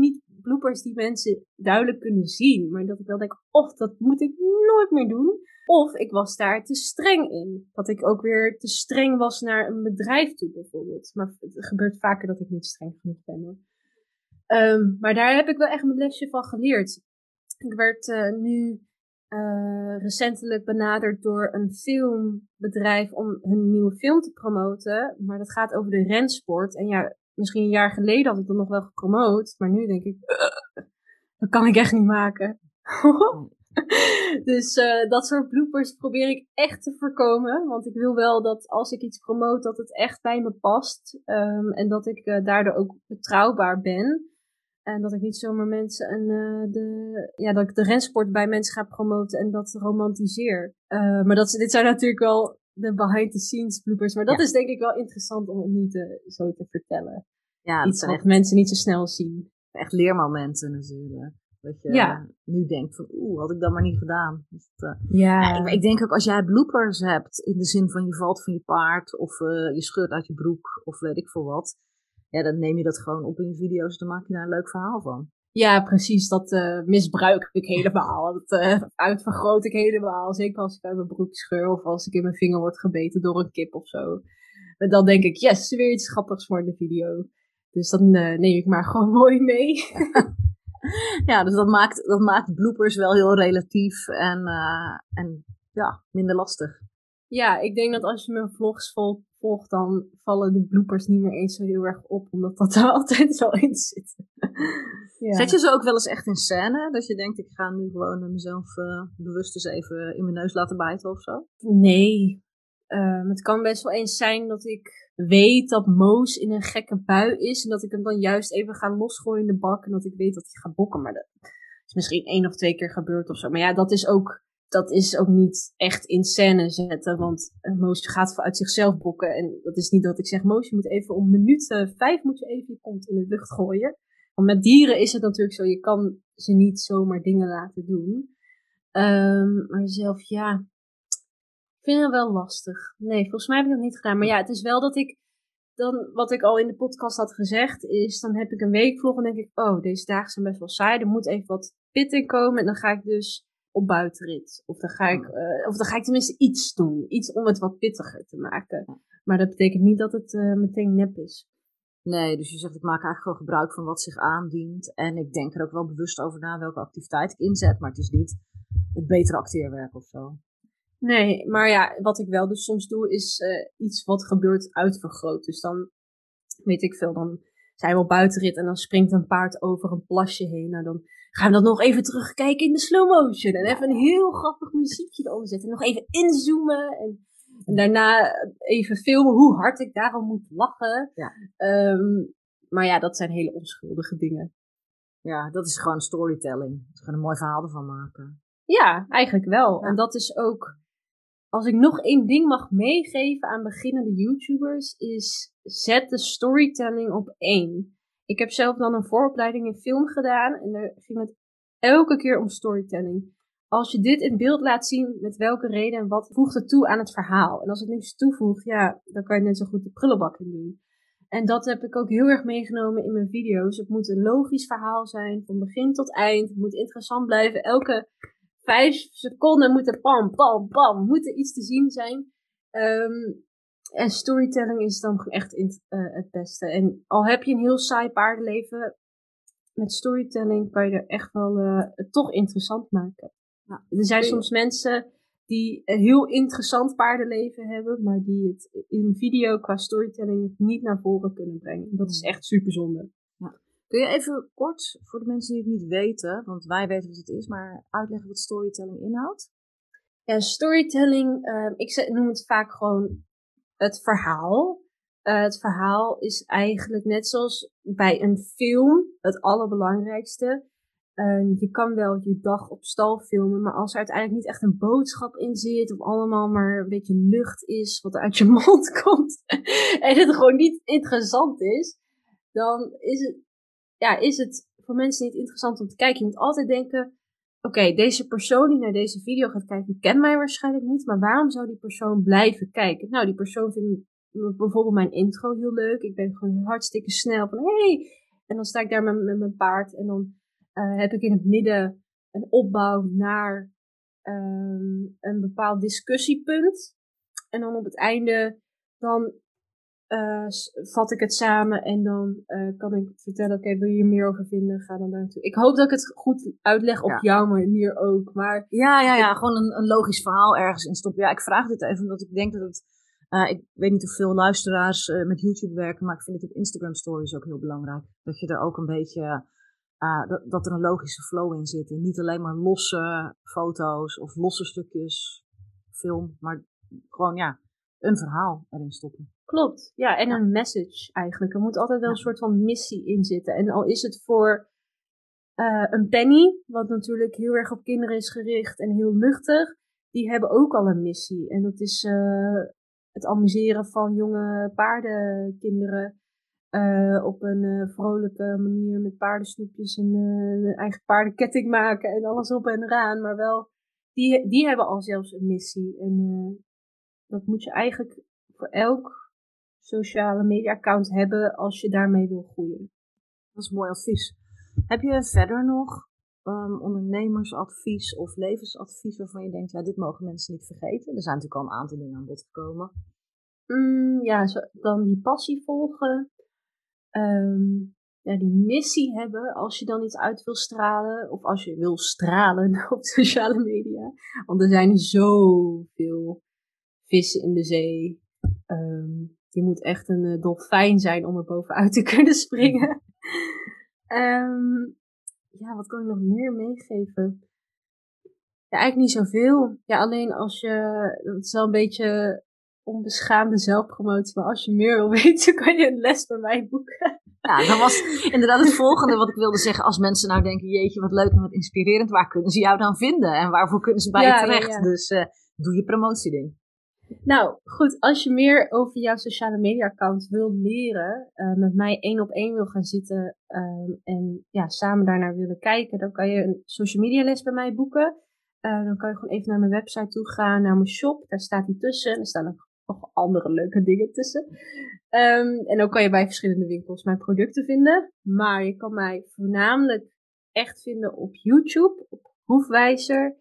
bloopers die mensen duidelijk kunnen zien. Maar dat ik wel denk, of dat moet ik nooit meer doen. Of ik was daar te streng in. Dat ik ook weer te streng was naar een bedrijf toe bijvoorbeeld. Maar het gebeurt vaker dat ik niet streng genoeg ben hoor. Maar daar heb ik wel echt mijn lesje van geleerd. Ik werd nu recentelijk benaderd door een filmbedrijf om hun nieuwe film te promoten. Maar dat gaat over de rensport. En ja, misschien een jaar geleden had ik dat nog wel gepromoot. Maar nu denk ik, dat kan ik echt niet maken. Dus dat soort bloopers probeer ik echt te voorkomen. Want ik wil wel dat als ik iets promoot, dat het echt bij me past. En dat ik daardoor ook betrouwbaar ben. En dat ik niet zomaar mensen dat ik de rensport bij mensen ga promoten en dat romantiseer. Maar dit zijn natuurlijk wel de behind the scenes bloopers. Maar dat is denk ik wel interessant om het nu zo te vertellen. Ja, iets wat mensen niet zo snel zien. Echt leermomenten natuurlijk. Dat je nu denkt van, had ik dat maar niet gedaan. Dus ik denk ook als jij bloopers hebt, in de zin van je valt van je paard, of je scheurt uit je broek, of weet ik veel wat. Ja, dan neem je dat gewoon op in je video's, dan maak je daar een leuk verhaal van. Ja, precies. Dat misbruik ik helemaal. Dat uitvergroot ik helemaal. Zeker als ik uit mijn broek scheur, of als ik in mijn vinger word gebeten door een kip of zo. En dan denk ik, yes, weer iets grappigs voor de video. Dus dan neem ik maar gewoon mooi mee. Ja, dus dat maakt bloopers wel heel relatief en minder lastig. Ja, ik denk dat als je mijn vlogs volgt, dan vallen de bloopers niet meer eens zo heel erg op, omdat dat er altijd wel in zit. Ja. Zet je ze ook wel eens echt in scène? Dat je denkt, ik ga nu gewoon mezelf bewust eens even in mijn neus laten bijten of zo? Nee. Het kan best wel eens zijn dat ik weet dat Moos in een gekke bui is. En dat ik hem dan juist even ga losgooien in de bak. En dat ik weet dat hij gaat bokken. Maar dat is misschien 1 of 2 keer gebeurd of zo. Maar ja, dat is ook niet echt in scène zetten. Want Moos gaat uit zichzelf bokken. En dat is niet dat ik zeg, Moos, je moet even om minuut 5 moet je even je kont in de lucht gooien. Want met dieren is het natuurlijk zo, je kan ze niet zomaar dingen laten doen. Maar zelf, ja, ik vind het wel lastig. Nee, volgens mij heb ik dat niet gedaan. Maar ja, het is wel dat ik dan, wat ik al in de podcast had gezegd, is dan heb ik een weekvlog en denk ik, deze dagen zijn best wel saai. Er moet even wat pit in komen en dan ga ik dus op buitenrit. Of dan ga ik tenminste iets doen. Iets om het wat pittiger te maken. Maar dat betekent niet dat het meteen nep is. Nee, dus je zegt, ik maak eigenlijk gewoon gebruik van wat zich aandient. En ik denk er ook wel bewust over na welke activiteit ik inzet. Maar het is niet het betere acteerwerk of zo. Nee, maar ja, wat ik wel dus soms doe, is iets wat gebeurt uitvergroot. Dus dan, weet ik veel, dan zijn we op buitenrit en dan springt een paard over een plasje heen. Nou, dan gaan we dat nog even terugkijken in de slow motion. En even een heel grappig muziekje eronder zetten. Nog even inzoomen en daarna even filmen hoe hard ik daarom moet lachen. Ja. Maar ja, dat zijn hele onschuldige dingen. Ja, dat is gewoon storytelling. Dat is gewoon een mooi verhaal ervan maken. Ja, eigenlijk wel. Ja. En dat is ook, als ik nog 1 ding mag meegeven aan beginnende YouTubers, is zet de storytelling op 1. Ik heb zelf dan een vooropleiding in film gedaan en daar ging het elke keer om storytelling. Als je dit in beeld laat zien, met welke reden en wat voegt het toe aan het verhaal. En als het niks toevoegt, ja, dan kan je net zo goed de prullenbak in doen. En dat heb ik ook heel erg meegenomen in mijn video's. Het moet een logisch verhaal zijn, van begin tot eind. Het moet interessant blijven. Elke 5 seconden moet er moet er iets te zien zijn. En storytelling is dan echt het beste. En al heb je een heel saai paardenleven, met storytelling kan je er echt wel het toch interessant maken. Ja. Er zijn soms mensen die een heel interessant paardenleven hebben, maar die het in video qua storytelling niet naar voren kunnen brengen. Dat is echt super zonde. Ja. Kun je even kort, voor de mensen die het niet weten, want wij weten wat het is, maar uitleggen wat storytelling inhoudt? Ja, storytelling, ik noem het vaak gewoon het verhaal. Het verhaal is eigenlijk net zoals bij een film het allerbelangrijkste. Je kan wel je dag op stal filmen, maar als er uiteindelijk niet echt een boodschap in zit, of allemaal maar een beetje lucht is wat uit je mond komt, en het gewoon niet interessant is, dan is het voor mensen niet interessant om te kijken. Je moet altijd denken, oké, deze persoon die naar deze video gaat kijken, kent mij waarschijnlijk niet, maar waarom zou die persoon blijven kijken? Nou, die persoon vindt bijvoorbeeld mijn intro heel leuk. Ik ben gewoon hartstikke snel van, hey! En dan sta ik daar met mijn paard en dan heb ik in het midden een opbouw naar een bepaald discussiepunt. En dan op het einde, dan vat ik het samen en dan kan ik vertellen, oké, wil je hier meer over vinden? Ga dan daar naartoe. Ik hoop dat ik het goed uitleg op jouw manier ook. Maar Ja, gewoon een logisch verhaal ergens in stoppen. Ja, ik vraag dit even omdat ik denk dat het... ik weet niet of veel luisteraars met YouTube werken, maar ik vind het op Instagram Stories ook heel belangrijk. Dat je er ook een beetje... dat er een logische flow in zit. En niet alleen maar losse foto's of losse stukjes film, maar gewoon een verhaal erin stoppen. Klopt, ja, en een message eigenlijk. Er moet altijd wel een soort van missie in zitten. En al is het voor een Penny, wat natuurlijk heel erg op kinderen is gericht en heel luchtig, die hebben ook al een missie. En dat is het amuseren van jonge paardenkinderen op een vrolijke manier met paardensnoepjes en een eigen paardenketting maken en alles op en eraan. Maar wel, die hebben al zelfs een missie. En dat moet je eigenlijk voor elk sociale media account hebben als je daarmee wil groeien. Dat is mooi advies. Heb je verder nog ondernemersadvies of levensadvies waarvan je denkt, dit mogen mensen niet vergeten? Er zijn natuurlijk al een aantal dingen aan bod gekomen. Dan die passie volgen. Die missie hebben als je dan iets uit wil stralen. Of als je wil stralen op sociale media. Want er zijn zoveel vissen in de zee. Je moet echt een dolfijn zijn om er bovenuit te kunnen springen. Wat kan ik nog meer meegeven? Ja, eigenlijk niet zoveel. Ja, alleen als je... Het is wel een beetje onbeschaamde zelfpromotie. Maar als je meer wil weten, kan je een les bij mij boeken. Ja, dat was inderdaad het volgende wat ik wilde zeggen. Als mensen nou denken, jeetje, wat leuk en wat inspirerend. Waar kunnen ze jou dan vinden? En waarvoor kunnen ze bij je terecht? Ja. Dus doe je promotieding. Nou, goed. Als je meer over jouw sociale media account wilt leren, met mij 1-op-1 wil gaan zitten en samen daarnaar willen kijken, dan kan je een social media les bij mij boeken. Dan kan je gewoon even naar mijn website toe gaan, naar mijn shop. Daar staat die tussen. En er staan ook nog andere leuke dingen tussen. En ook kan je bij verschillende winkels mijn producten vinden. Maar je kan mij voornamelijk echt vinden op YouTube, op Hoefwijzer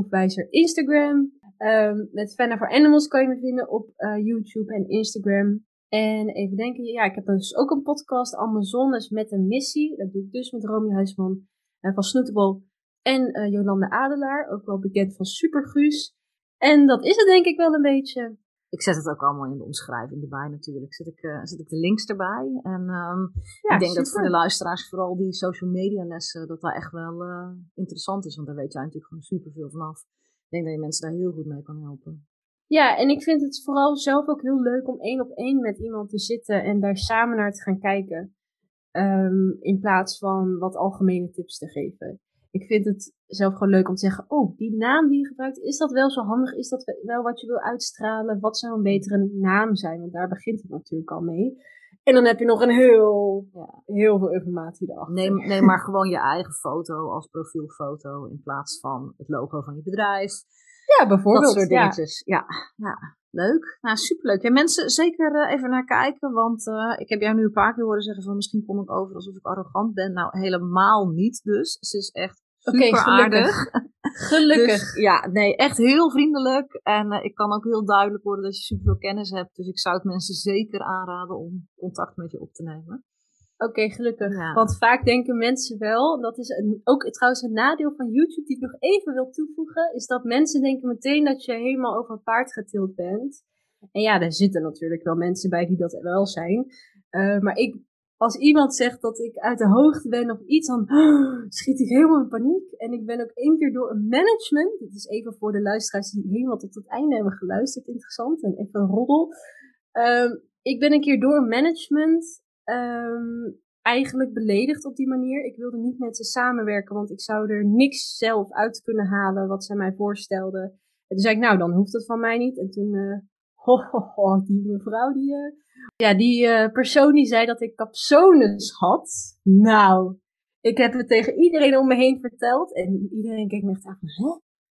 Instagram. Met Fenna for Animals kan je me vinden op YouTube en Instagram. En even denken, ik heb dus ook een podcast, Amazones met een missie. Dat doe ik dus met Romy Huisman van Snootable en Jolande Adelaar, ook wel bekend van Superguus. En dat is het denk ik wel een beetje. Ik zet het ook allemaal in de omschrijving erbij natuurlijk. Zet ik de links erbij. En ik denk dat voor de luisteraars vooral die social media lessen, dat echt wel interessant is. Want daar weet jij natuurlijk gewoon superveel vanaf. Ik denk dat je mensen daar heel goed mee kan helpen. Ja, en ik vind het vooral zelf ook heel leuk om 1-op-1 met iemand te zitten en daar samen naar te gaan kijken. In plaats van wat algemene tips te geven. Ik vind het zelf gewoon leuk om te zeggen, die naam die je gebruikt, is dat wel zo handig? Is dat wel wat je wil uitstralen? Wat zou een betere naam zijn? Want daar begint het natuurlijk al mee. En dan heb je nog een heel veel informatie erachter. Neem maar gewoon je eigen foto als profielfoto in plaats van het logo van je bedrijf. Ja, bijvoorbeeld. Dat soort dingetjes. Ja, leuk. Nou, superleuk. Ja, mensen, zeker even naar kijken, want ik heb jou nu een paar keer horen zeggen van misschien kom ik over alsof ik arrogant ben. Nou, helemaal niet dus. Ze is echt super aardig. Gelukkig. Dus, echt heel vriendelijk. En ik kan ook heel duidelijk horen dat je superveel kennis hebt. Dus ik zou het mensen zeker aanraden om contact met je op te nemen. Oké, gelukkig. Ja. Want vaak denken mensen wel, dat is ook trouwens een nadeel van YouTube die ik nog even wil toevoegen, is dat mensen denken meteen dat je helemaal over een paard getild bent. En ja, daar zitten natuurlijk wel mensen bij die dat wel zijn. Maar als iemand zegt dat ik uit de hoogte ben of iets, dan schiet ik helemaal in paniek. En ik ben ook 1 keer door een management, dit is even voor de luisteraars die helemaal tot het einde hebben geluisterd, interessant en even een roddel. Ik ben een keer door een management eigenlijk beledigd op die manier. Ik wilde niet met ze samenwerken, want ik zou er niks zelf uit kunnen halen wat zij mij voorstelden. En toen zei ik, nou, dan hoeft het van mij niet. En toen, die mevrouw, die persoon die zei dat ik capsones had. Nou, ik heb het tegen iedereen om me heen verteld. En iedereen keek me echt aan, hè?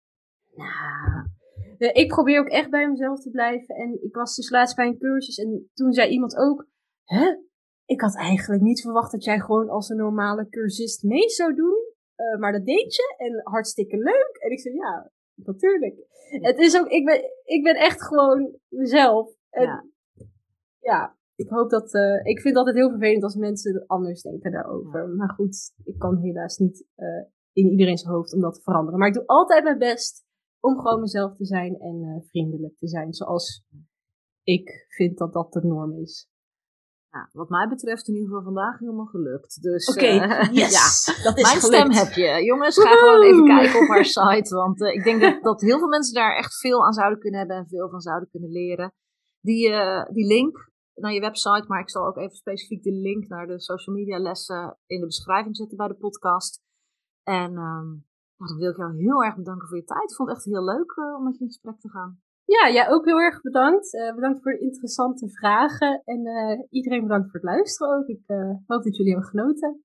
Nou, ik probeer ook echt bij mezelf te blijven. En ik was dus laatst bij een cursus en toen zei iemand ook, hè? Ik had eigenlijk niet verwacht dat jij gewoon als een normale cursist mee zou doen. maar dat deed je en hartstikke leuk. En ik zei, ja, natuurlijk. Het is ook, ik ben echt gewoon mezelf. En ik hoop dat, ik vind het altijd heel vervelend als mensen anders denken daarover. Maar goed, ik kan helaas niet in iedereen's hoofd om dat te veranderen. Maar ik doe altijd mijn best om gewoon mezelf te zijn en vriendelijk te zijn. Zoals ik vind dat dat de norm is. Nou, wat mij betreft in ieder geval vandaag helemaal gelukt. Dus Oké, yes, dat is mijn gelukt. stem heb je. Jongens, ga gewoon even kijken op haar site. Want ik denk dat heel veel mensen daar echt veel aan zouden kunnen hebben en veel van zouden kunnen leren. Die link naar je website, maar ik zal ook even specifiek de link naar de social media lessen in de beschrijving zetten bij de podcast. En dan wil ik jou heel erg bedanken voor je tijd. Ik vond het echt heel leuk om met je in gesprek te gaan. Ja, jij ook heel erg bedankt. Bedankt voor de interessante vragen. En iedereen bedankt voor het luisteren ook. Ik hoop dat jullie hebben genoten.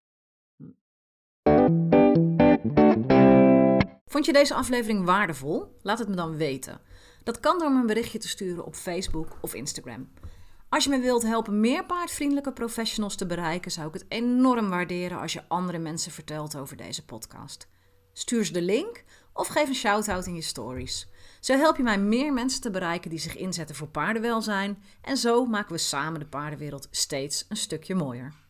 Vond je deze aflevering waardevol? Laat het me dan weten. Dat kan door me een berichtje te sturen op Facebook of Instagram. Als je me wilt helpen meer paardvriendelijke professionals te bereiken, zou ik het enorm waarderen als je andere mensen vertelt over deze podcast. Stuur ze de link of geef een shout-out in je stories. Zo help je mij meer mensen te bereiken die zich inzetten voor paardenwelzijn en zo maken we samen de paardenwereld steeds een stukje mooier.